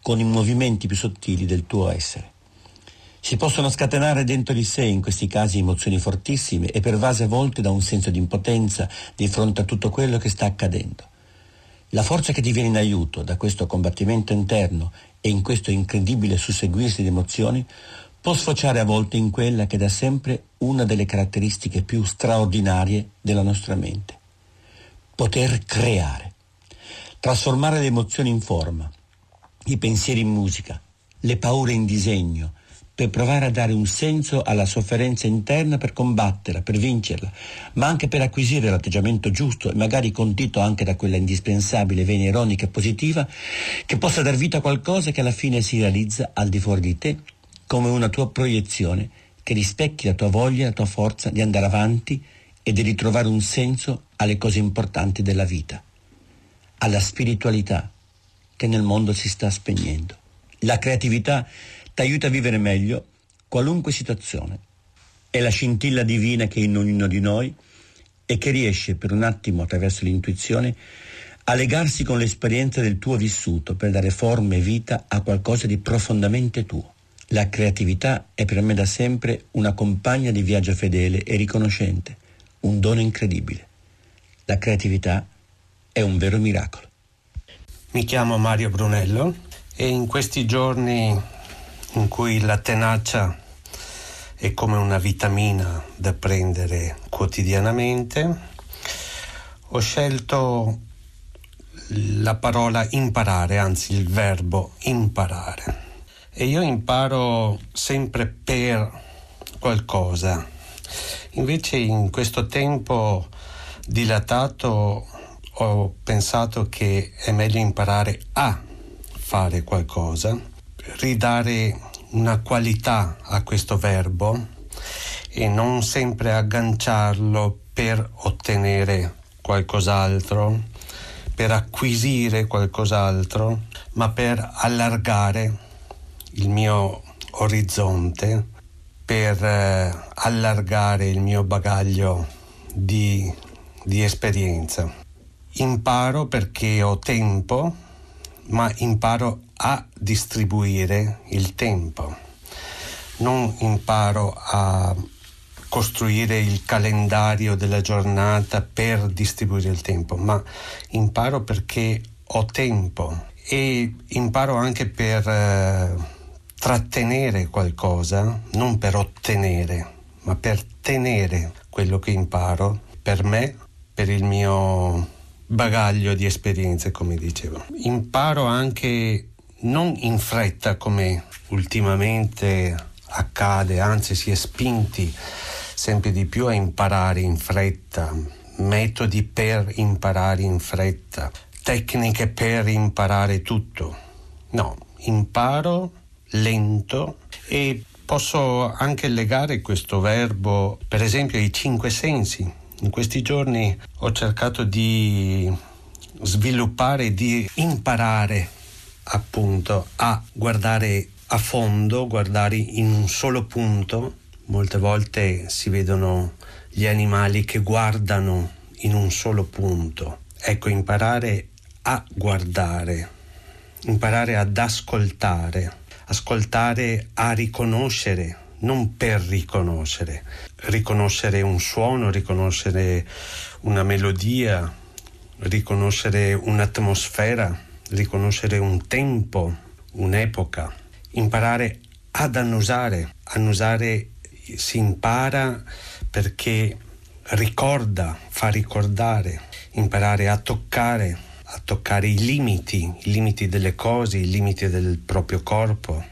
con i movimenti più sottili del tuo essere. Si possono scatenare dentro di sé in questi casi emozioni fortissime e pervase a volte da un senso di impotenza di fronte a tutto quello che sta accadendo. La forza che ti viene in aiuto da questo combattimento interno e in questo incredibile susseguirsi di emozioni può sfociare a volte in quella che è da sempre una delle caratteristiche più straordinarie della nostra mente: poter creare, trasformare le emozioni in forma, i pensieri in musica, le paure in disegno, per provare a dare un senso alla sofferenza interna, per combatterla, per vincerla, ma anche per acquisire l'atteggiamento giusto e magari condito anche da quella indispensabile vena ironica e positiva che possa dar vita a qualcosa che alla fine si realizza al di fuori di te come una tua proiezione che rispecchi la tua voglia, la tua forza di andare avanti e di ritrovare un senso alle cose importanti della vita, alla spiritualità che nel mondo si sta spegnendo. La creatività ti aiuta a vivere meglio qualunque situazione. È la scintilla divina che è in ognuno di noi e che riesce per un attimo, attraverso l'intuizione, a legarsi con l'esperienza del tuo vissuto per dare forma e vita a qualcosa di profondamente tuo. La creatività è per me da sempre una compagna di viaggio fedele e riconoscente, un dono incredibile. La creatività è un vero miracolo. Mi chiamo Mario Brunello e in questi giorni in cui la tenacia è come una vitamina da prendere quotidianamente, ho scelto la parola imparare, anzi il verbo imparare. E io imparo sempre per qualcosa. Invece in questo tempo dilatato ho pensato che è meglio imparare a fare qualcosa, ridare una qualità a questo verbo e non sempre agganciarlo per ottenere qualcos'altro, per acquisire qualcos'altro, ma per allargare il mio orizzonte, per eh, allargare il mio bagaglio di, di esperienza. Imparo perché ho tempo, ma imparo a distribuire il tempo. Non imparo a costruire il calendario della giornata per distribuire il tempo, ma imparo perché ho tempo e imparo anche per eh, trattenere qualcosa, non per ottenere, ma per tenere quello che imparo per me, per il mio bagaglio di esperienze, come dicevo. Imparo anche non in fretta come ultimamente accade, anzi si è spinti sempre di più a imparare in fretta, metodi per imparare in fretta, tecniche per imparare tutto. No, imparo lento e posso anche legare questo verbo, per esempio, ai cinque sensi. In questi giorni ho cercato di sviluppare, di imparare appunto a guardare a fondo, guardare in un solo punto. Molte volte si vedono gli animali che guardano in un solo punto. Ecco, imparare a guardare, imparare ad ascoltare, ascoltare a riconoscere, non per riconoscere, riconoscere un suono, riconoscere una melodia, riconoscere un'atmosfera, riconoscere un tempo, un'epoca, imparare ad annusare. Annusare si impara perché ricorda, fa ricordare, imparare a toccare, a toccare i limiti, i limiti delle cose, i limiti del proprio corpo,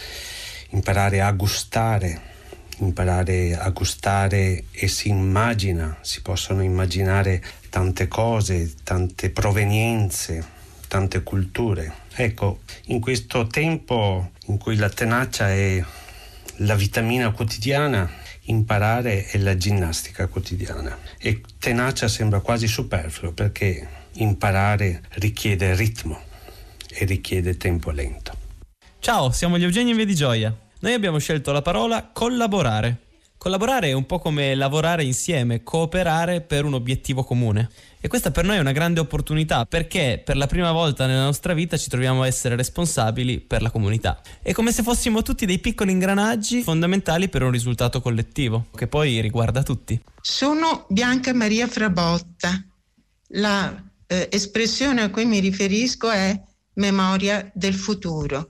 imparare a gustare, imparare a gustare e si immagina, si possono immaginare tante cose, tante provenienze, tante culture. Ecco, in questo tempo in cui la tenacia è la vitamina quotidiana, imparare è la ginnastica quotidiana. E tenacia sembra quasi superfluo perché imparare richiede ritmo e richiede tempo lento. Ciao, siamo gli Eugenio in Via di Gioia. Noi abbiamo scelto la parola collaborare. Collaborare è un po' come lavorare insieme, cooperare per un obiettivo comune. E questa per noi è una grande opportunità, perché per la prima volta nella nostra vita ci troviamo a essere responsabili per la comunità. È come se fossimo tutti dei piccoli ingranaggi fondamentali per un risultato collettivo, che poi riguarda tutti. Sono Bianca Maria Frabotta. La eh, espressione a cui mi riferisco è memoria del futuro.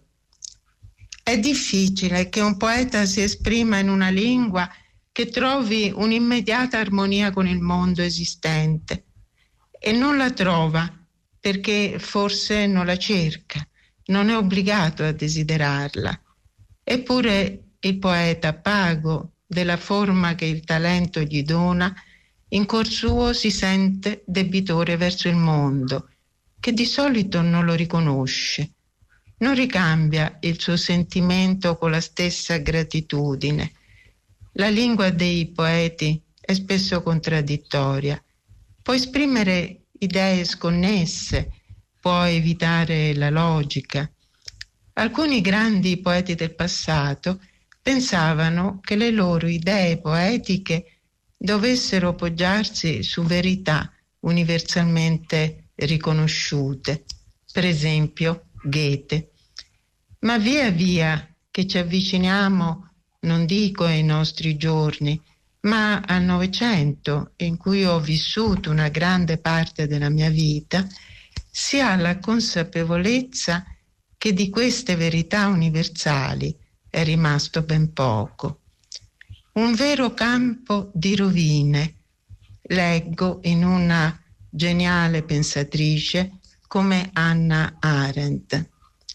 È difficile che un poeta si esprima in una lingua che trovi un'immediata armonia con il mondo esistente, e non la trova perché forse non la cerca, non è obbligato a desiderarla. Eppure il poeta, pago della forma che il talento gli dona, in cuor suo si sente debitore verso il mondo, che di solito non lo riconosce. Non ricambia il suo sentimento con la stessa gratitudine. La lingua dei poeti è spesso contraddittoria. Può esprimere idee sconnesse, può evitare la logica. Alcuni grandi poeti del passato pensavano che le loro idee poetiche dovessero poggiarsi su verità universalmente riconosciute. Per esempio, Goethe. Ma via via che ci avviciniamo, non dico ai nostri giorni, ma al Novecento, in cui ho vissuto una grande parte della mia vita, si ha la consapevolezza che di queste verità universali è rimasto ben poco. Un vero campo di rovine, leggo in una geniale pensatrice come Hannah Arendt.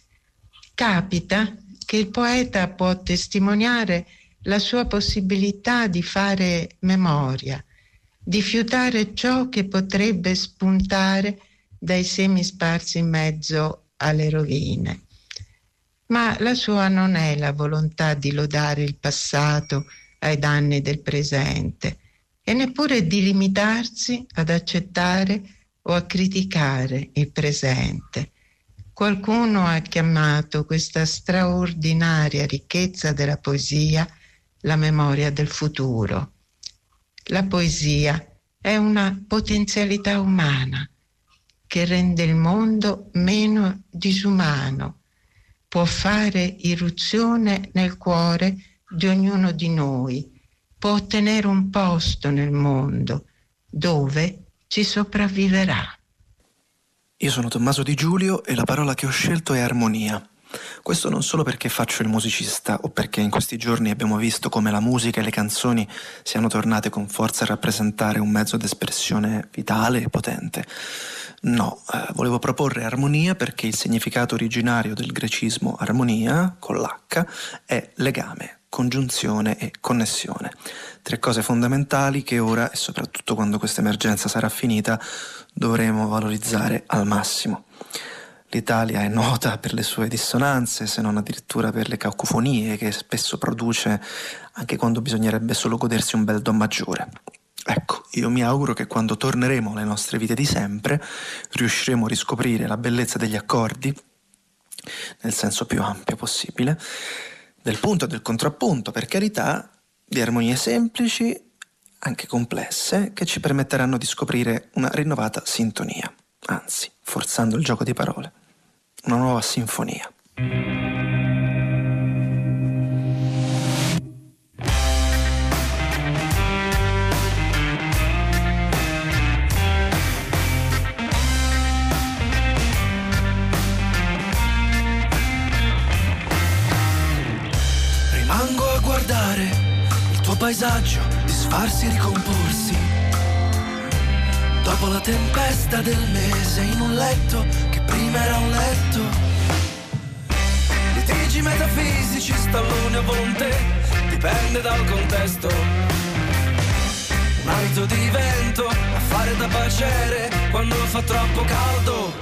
Capita che il poeta può testimoniare la sua possibilità di fare memoria, di fiutare ciò che potrebbe spuntare dai semi sparsi in mezzo alle rovine. Ma la sua non è la volontà di lodare il passato ai danni del presente, e neppure di limitarsi ad accettare o a criticare il presente. Qualcuno ha chiamato questa straordinaria ricchezza della poesia la memoria del futuro. La poesia è una potenzialità umana che rende il mondo meno disumano, può fare irruzione nel cuore di ognuno di noi, può ottenere un posto nel mondo dove ci sopravviverà. Io sono Tommaso Di Giulio e la parola che ho scelto è armonia. Questo non solo perché faccio il musicista o perché in questi giorni abbiamo visto come la musica e le canzoni siano tornate con forza a rappresentare un mezzo d'espressione vitale e potente. No, eh, volevo proporre armonia perché il significato originario del grecismo armonia, con l'H, è legame, congiunzione e connessione. Tre cose fondamentali che ora, e soprattutto quando questa emergenza sarà finita, dovremo valorizzare al massimo. L'Italia è nota per le sue dissonanze, se non addirittura per le cacofonie che spesso produce anche quando bisognerebbe solo godersi un bel do maggiore. Ecco, io mi auguro che quando torneremo alle nostre vite di sempre riusciremo a riscoprire la bellezza degli accordi, nel senso più ampio possibile, del punto e del contrappunto, per carità, di armonie semplici, anche complesse, che ci permetteranno di scoprire una rinnovata sintonia, anzi, forzando il gioco di parole, una nuova sinfonia. Rimango a guardare il tuo paesaggio disfarsi e ricomporsi. Dopo la tempesta del mese in un letto che prima era un letto. Litigi metafisici, stallone a volontà, dipende dal contesto. Un alito di vento a fare da paciere quando fa troppo caldo.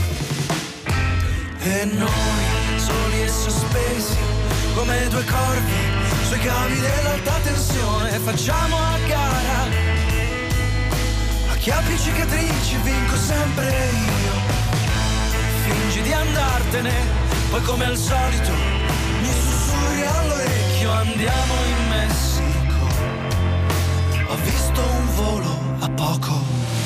E noi, soli e sospesi, come due corvi sui cavi dell'alta tensione, facciamo a gara. Chiappi cicatrici, vinco sempre io. Fingi di andartene, poi come al solito mi sussurri all'orecchio. Andiamo in Messico. ho visto un volo a poco.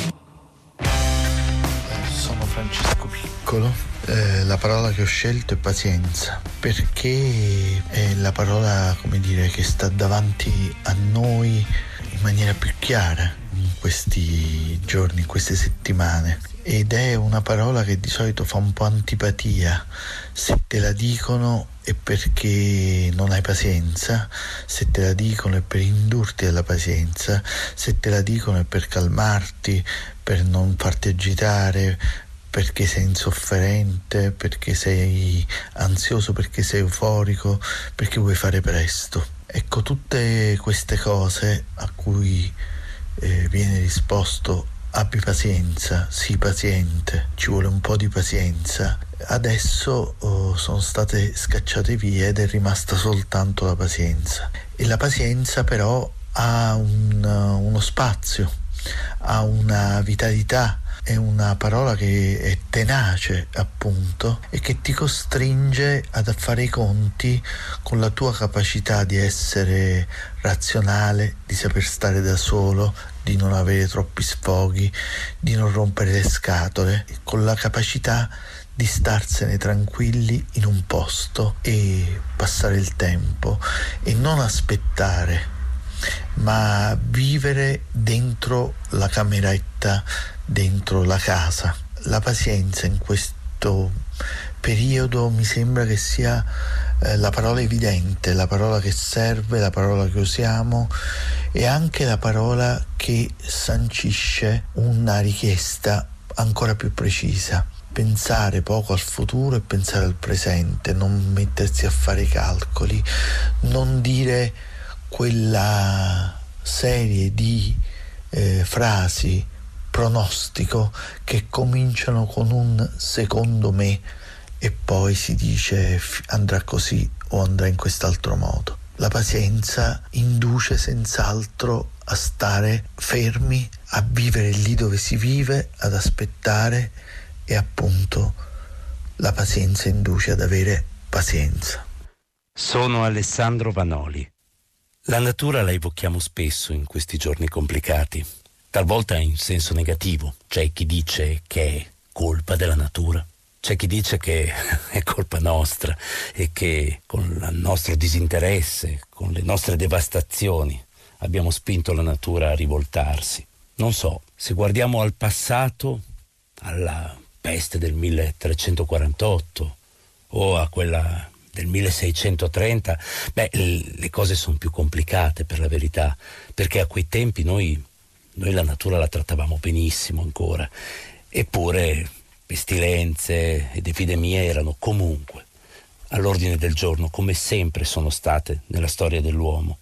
Sono Francesco Piccolo. Eh, la parola che ho scelto è pazienza, perché è la parola, come dire, che sta davanti a noi in maniera più chiara in questi giorni, in queste settimane, ed è una parola che di solito fa un po' antipatia. Se te la dicono è perché non hai pazienza, se te la dicono è per indurti alla pazienza, se te la dicono è per calmarti, per non farti agitare, perché sei insofferente, perché sei ansioso, perché sei euforico, perché vuoi fare presto. Ecco, tutte queste cose a cui eh, viene risposto abbi pazienza, sii paziente, ci vuole un po' di pazienza, adesso oh, sono state scacciate via ed è rimasta soltanto la pazienza. E la pazienza però ha un, uno spazio, ha una vitalità, è una parola che è tenace, appunto, e che ti costringe ad fare i conti con la tua capacità di essere razionale, di saper stare da solo, di non avere troppi sfoghi, di non rompere le scatole, con la capacità di starsene tranquilli in un posto e passare il tempo e non aspettare, ma vivere dentro la cameretta, dentro la casa. La pazienza in questo periodo mi sembra che sia eh, la parola evidente, la parola che serve, la parola che usiamo e anche la parola che sancisce una richiesta ancora più precisa. Pensare poco al futuro e pensare al presente, non mettersi a fare i calcoli, non dire quella serie di eh, frasi pronostico che cominciano con un secondo me e poi si dice andrà così o andrà in quest'altro modo. La pazienza induce senz'altro a stare fermi, a vivere lì dove si vive, ad aspettare, e appunto la pazienza induce ad avere pazienza. Sono Alessandro Vanoli. La natura la evochiamo spesso in questi giorni complicati, talvolta in senso negativo. C'è chi dice che è colpa della natura, c'è chi dice che è colpa nostra e che con il nostro disinteresse, con le nostre devastazioni, abbiamo spinto la natura a rivoltarsi. Non so, se guardiamo al passato, alla peste del milletrecentoquarantotto o a quella del milleseicentotrenta, beh, le cose sono più complicate per la verità, perché a quei tempi noi, noi la natura la trattavamo benissimo ancora, eppure pestilenze ed epidemie erano comunque all'ordine del giorno, come sempre sono state nella storia dell'uomo.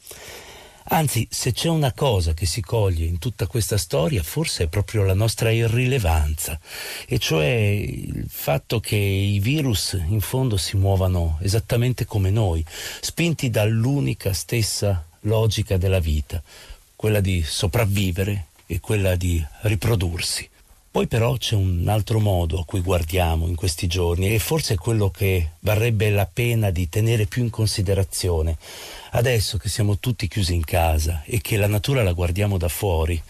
Anzi, se c'è una cosa che si coglie in tutta questa storia, forse è proprio la nostra irrilevanza, e cioè il fatto che i virus in fondo si muovano esattamente come noi, spinti dall'unica stessa logica della vita, quella di sopravvivere e quella di riprodursi. Poi però c'è un altro modo a cui guardiamo in questi giorni, e forse è quello che varrebbe la pena di tenere più in considerazione. Adesso che siamo tutti chiusi in casa e che la natura la guardiamo da fuori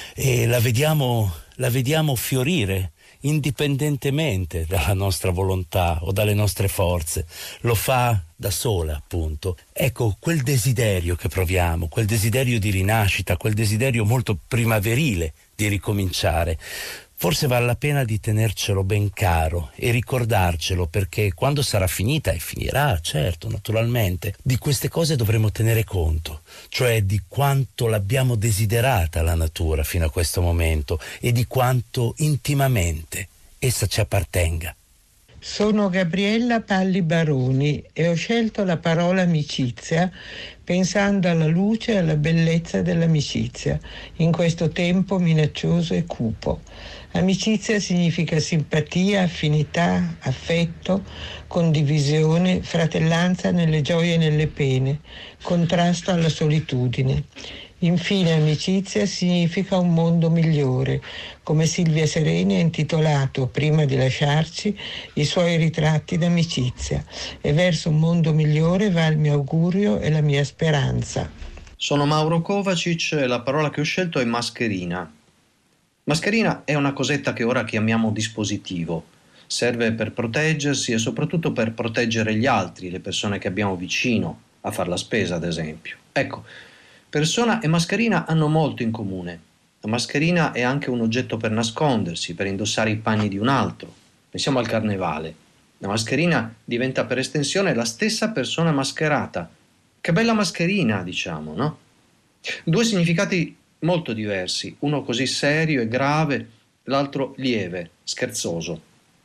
e la vediamo, la vediamo fiorire indipendentemente dalla nostra volontà o dalle nostre forze, lo fa da sola, appunto. Ecco, quel desiderio che proviamo, quel desiderio di rinascita, quel desiderio molto primaverile di ricominciare, forse vale la pena di tenercelo ben caro e ricordarcelo, perché quando sarà finita, e finirà, certo, naturalmente, di queste cose dovremo tenere conto, cioè di quanto l'abbiamo desiderata la natura fino a questo momento e di quanto intimamente essa ci appartenga. Sono Gabriella Palli Baroni e ho scelto la parola amicizia pensando alla luce e alla bellezza dell'amicizia in questo tempo minaccioso e cupo. Amicizia significa simpatia, affinità, affetto, condivisione, fratellanza nelle gioie e nelle pene, contrasto alla solitudine. Infine, amicizia significa un mondo migliore, come Silvia Sereni ha intitolato, prima di lasciarci, i suoi ritratti d'amicizia. E verso un mondo migliore va il mio augurio e la mia speranza. Sono Mauro Kovacic e la parola che ho scelto è mascherina. Mascherina è una cosetta che ora chiamiamo dispositivo. Serve per proteggersi e soprattutto per proteggere gli altri, le persone che abbiamo vicino, a far la spesa ad esempio. Ecco, persona e mascherina hanno molto in comune. La mascherina è anche un oggetto per nascondersi, per indossare i panni di un altro. Pensiamo al carnevale. La mascherina diventa per estensione la stessa persona mascherata. Che bella mascherina, diciamo, no? Due significati molto diversi, uno così serio e grave, l'altro lieve, scherzoso.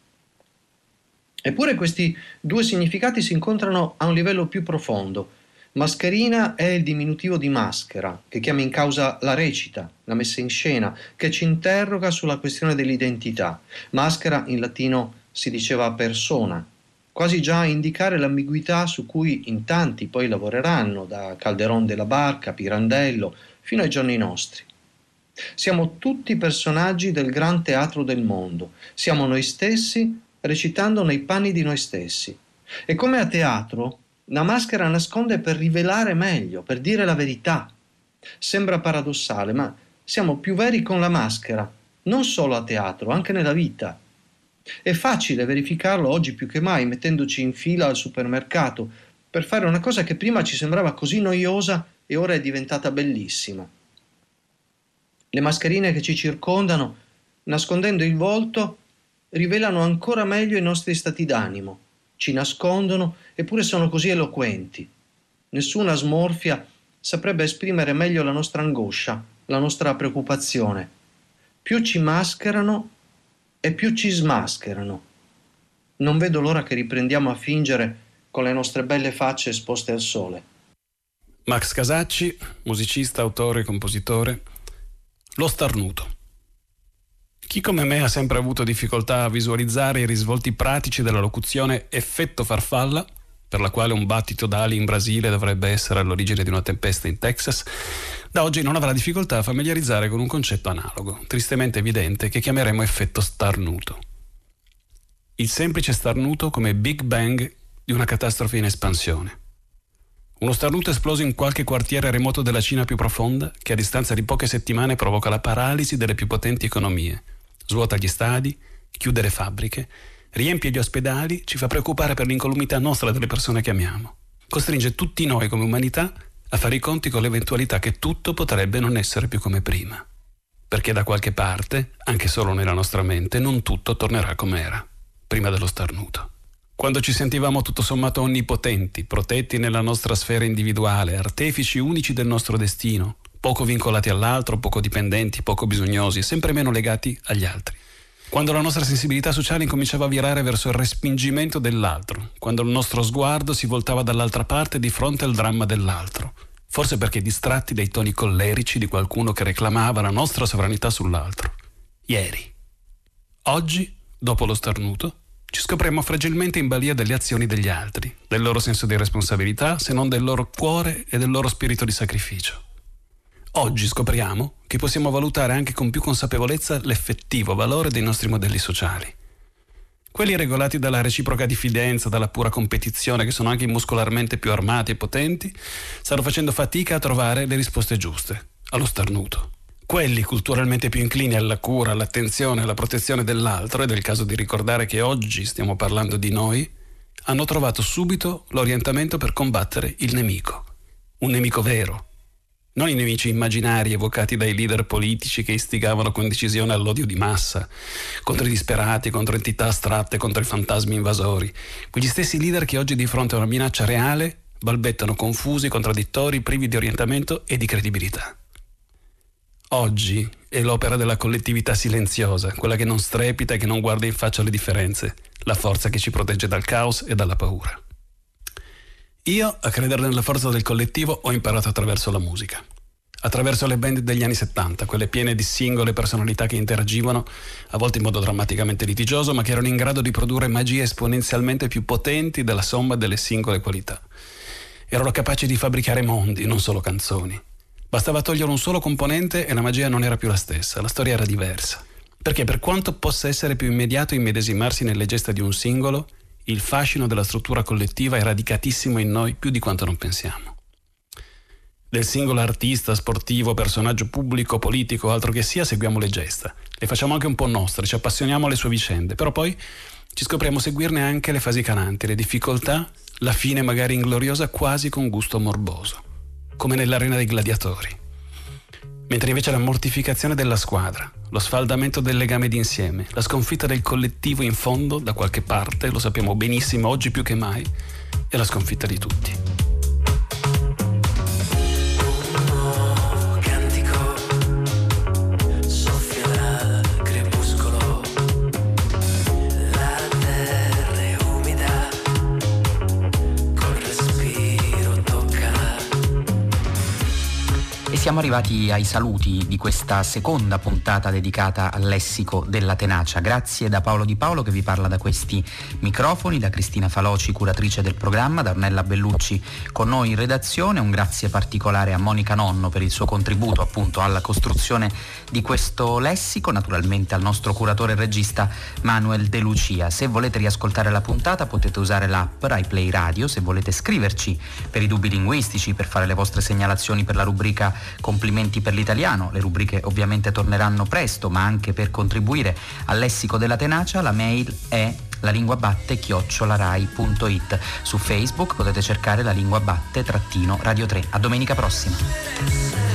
Eppure questi due significati si incontrano a un livello più profondo. Mascherina è il diminutivo di maschera, che chiama in causa la recita, la messa in scena, che ci interroga sulla questione dell'identità. Maschera in latino si diceva persona, quasi già a indicare l'ambiguità su cui in tanti poi lavoreranno, da Calderon della Barca, Pirandello, fino ai giorni nostri. Siamo tutti personaggi del gran teatro del mondo, siamo noi stessi recitando nei panni di noi stessi. E come a teatro, la maschera nasconde per rivelare meglio, per dire la verità. Sembra paradossale, ma siamo più veri con la maschera, non solo a teatro, anche nella vita. È facile verificarlo oggi più che mai, mettendoci in fila al supermercato, per fare una cosa che prima ci sembrava così noiosa e ora è diventata bellissima. Le mascherine che ci circondano, nascondendo il volto, rivelano ancora meglio i nostri stati d'animo, ci nascondono eppure sono così eloquenti. Nessuna smorfia saprebbe esprimere meglio la nostra angoscia, la nostra preoccupazione. Più ci mascherano e più ci smascherano. Non vedo l'ora che riprendiamo a fingere con le nostre belle facce esposte al sole. Max Casacci, musicista, autore e compositore. Lo starnuto. Chi come me ha sempre avuto difficoltà a visualizzare i risvolti pratici della locuzione effetto farfalla, per la quale un battito d'ali in Brasile dovrebbe essere all'origine di una tempesta in Texas, da oggi non avrà difficoltà a familiarizzare con un concetto analogo, tristemente evidente, che chiameremo effetto starnuto. Il semplice starnuto come Big Bang di una catastrofe in espansione. Uno starnuto esploso in qualche quartiere remoto della Cina più profonda, che a distanza di poche settimane provoca la paralisi delle più potenti economie, svuota gli stadi, chiude le fabbriche, riempie gli ospedali, ci fa preoccupare per l'incolumità nostra delle persone che amiamo. Costringe tutti noi come umanità a fare i conti con l'eventualità che tutto potrebbe non essere più come prima. Perché da qualche parte, anche solo nella nostra mente, non tutto tornerà come era, prima dello starnuto. Quando ci sentivamo tutto sommato onnipotenti, protetti nella nostra sfera individuale, artefici unici del nostro destino, poco vincolati all'altro, poco dipendenti, poco bisognosi, sempre meno legati agli altri. Quando la nostra sensibilità sociale incominciava a virare verso il respingimento dell'altro, quando il nostro sguardo si voltava dall'altra parte di fronte al dramma dell'altro, forse perché distratti dai toni collerici di qualcuno che reclamava la nostra sovranità sull'altro. Ieri. Oggi, dopo lo starnuto, ci scopriamo fragilmente in balia delle azioni degli altri, del loro senso di responsabilità, se non del loro cuore e del loro spirito di sacrificio. Oggi scopriamo che possiamo valutare anche con più consapevolezza l'effettivo valore dei nostri modelli sociali. Quelli regolati dalla reciproca diffidenza, dalla pura competizione, che sono anche muscolarmente più armati e potenti, stanno facendo fatica a trovare le risposte giuste allo starnuto. Quelli culturalmente più inclini alla cura, all'attenzione, alla protezione dell'altro, ed è il caso di ricordare che oggi stiamo parlando di noi, hanno trovato subito l'orientamento per combattere il nemico. Un nemico vero. Non i nemici immaginari evocati dai leader politici che istigavano con decisione all'odio di massa, contro i disperati, contro entità astratte, contro i fantasmi invasori. Quegli stessi leader che oggi di fronte a una minaccia reale balbettano confusi, contraddittori, privi di orientamento e di credibilità. Oggi è l'opera della collettività silenziosa, quella che non strepita e che non guarda in faccia le differenze, la forza che ci protegge dal caos e dalla paura. Io, a credere nella forza del collettivo, ho imparato attraverso la musica. Attraverso le band degli anni settanta, quelle piene di singole personalità che interagivano, a volte in modo drammaticamente litigioso, ma che erano in grado di produrre magie esponenzialmente più potenti della somma delle singole qualità. Erano capaci di fabbricare mondi, non solo canzoni. Bastava togliere un solo componente e la magia non era più la stessa, la storia era diversa. Perché per quanto possa essere più immediato immedesimarsi nelle gesta di un singolo, il fascino della struttura collettiva è radicatissimo in noi più di quanto non pensiamo. del singolo artista, sportivo, personaggio pubblico, politico, altro che sia, seguiamo le gesta. Le facciamo anche un po' nostre, ci appassioniamo alle sue vicende, però poi ci scopriamo seguirne anche le fasi cananti, le difficoltà, la fine magari ingloriosa quasi con gusto morboso, come nell'arena dei gladiatori. Mentre invece la mortificazione della squadra, lo sfaldamento del legame d'insieme, la sconfitta del collettivo in fondo, da qualche parte, lo sappiamo benissimo oggi più che mai, è la sconfitta di tutti. Siamo arrivati ai saluti di questa seconda puntata dedicata al lessico della tenacia. Grazie da Paolo Di Paolo che vi parla da questi microfoni, da Cristina Faloci, curatrice del programma, da Ornella Bellucci con noi in redazione. Un grazie particolare a Monica Nonno per il suo contributo appunto alla costruzione di questo lessico, naturalmente al nostro curatore e regista Manuel De Lucia. Se volete riascoltare la puntata potete usare l'app Rai Play Radio, se volete scriverci per i dubbi linguistici, per fare le vostre segnalazioni per la rubrica Complimenti per l'italiano, le rubriche ovviamente torneranno presto, ma anche per contribuire al lessico della tenacia la mail è lalinguabatte chiocciola rai punto it. Su Facebook potete cercare La Lingua Batte trattino Radio tre. A domenica prossima.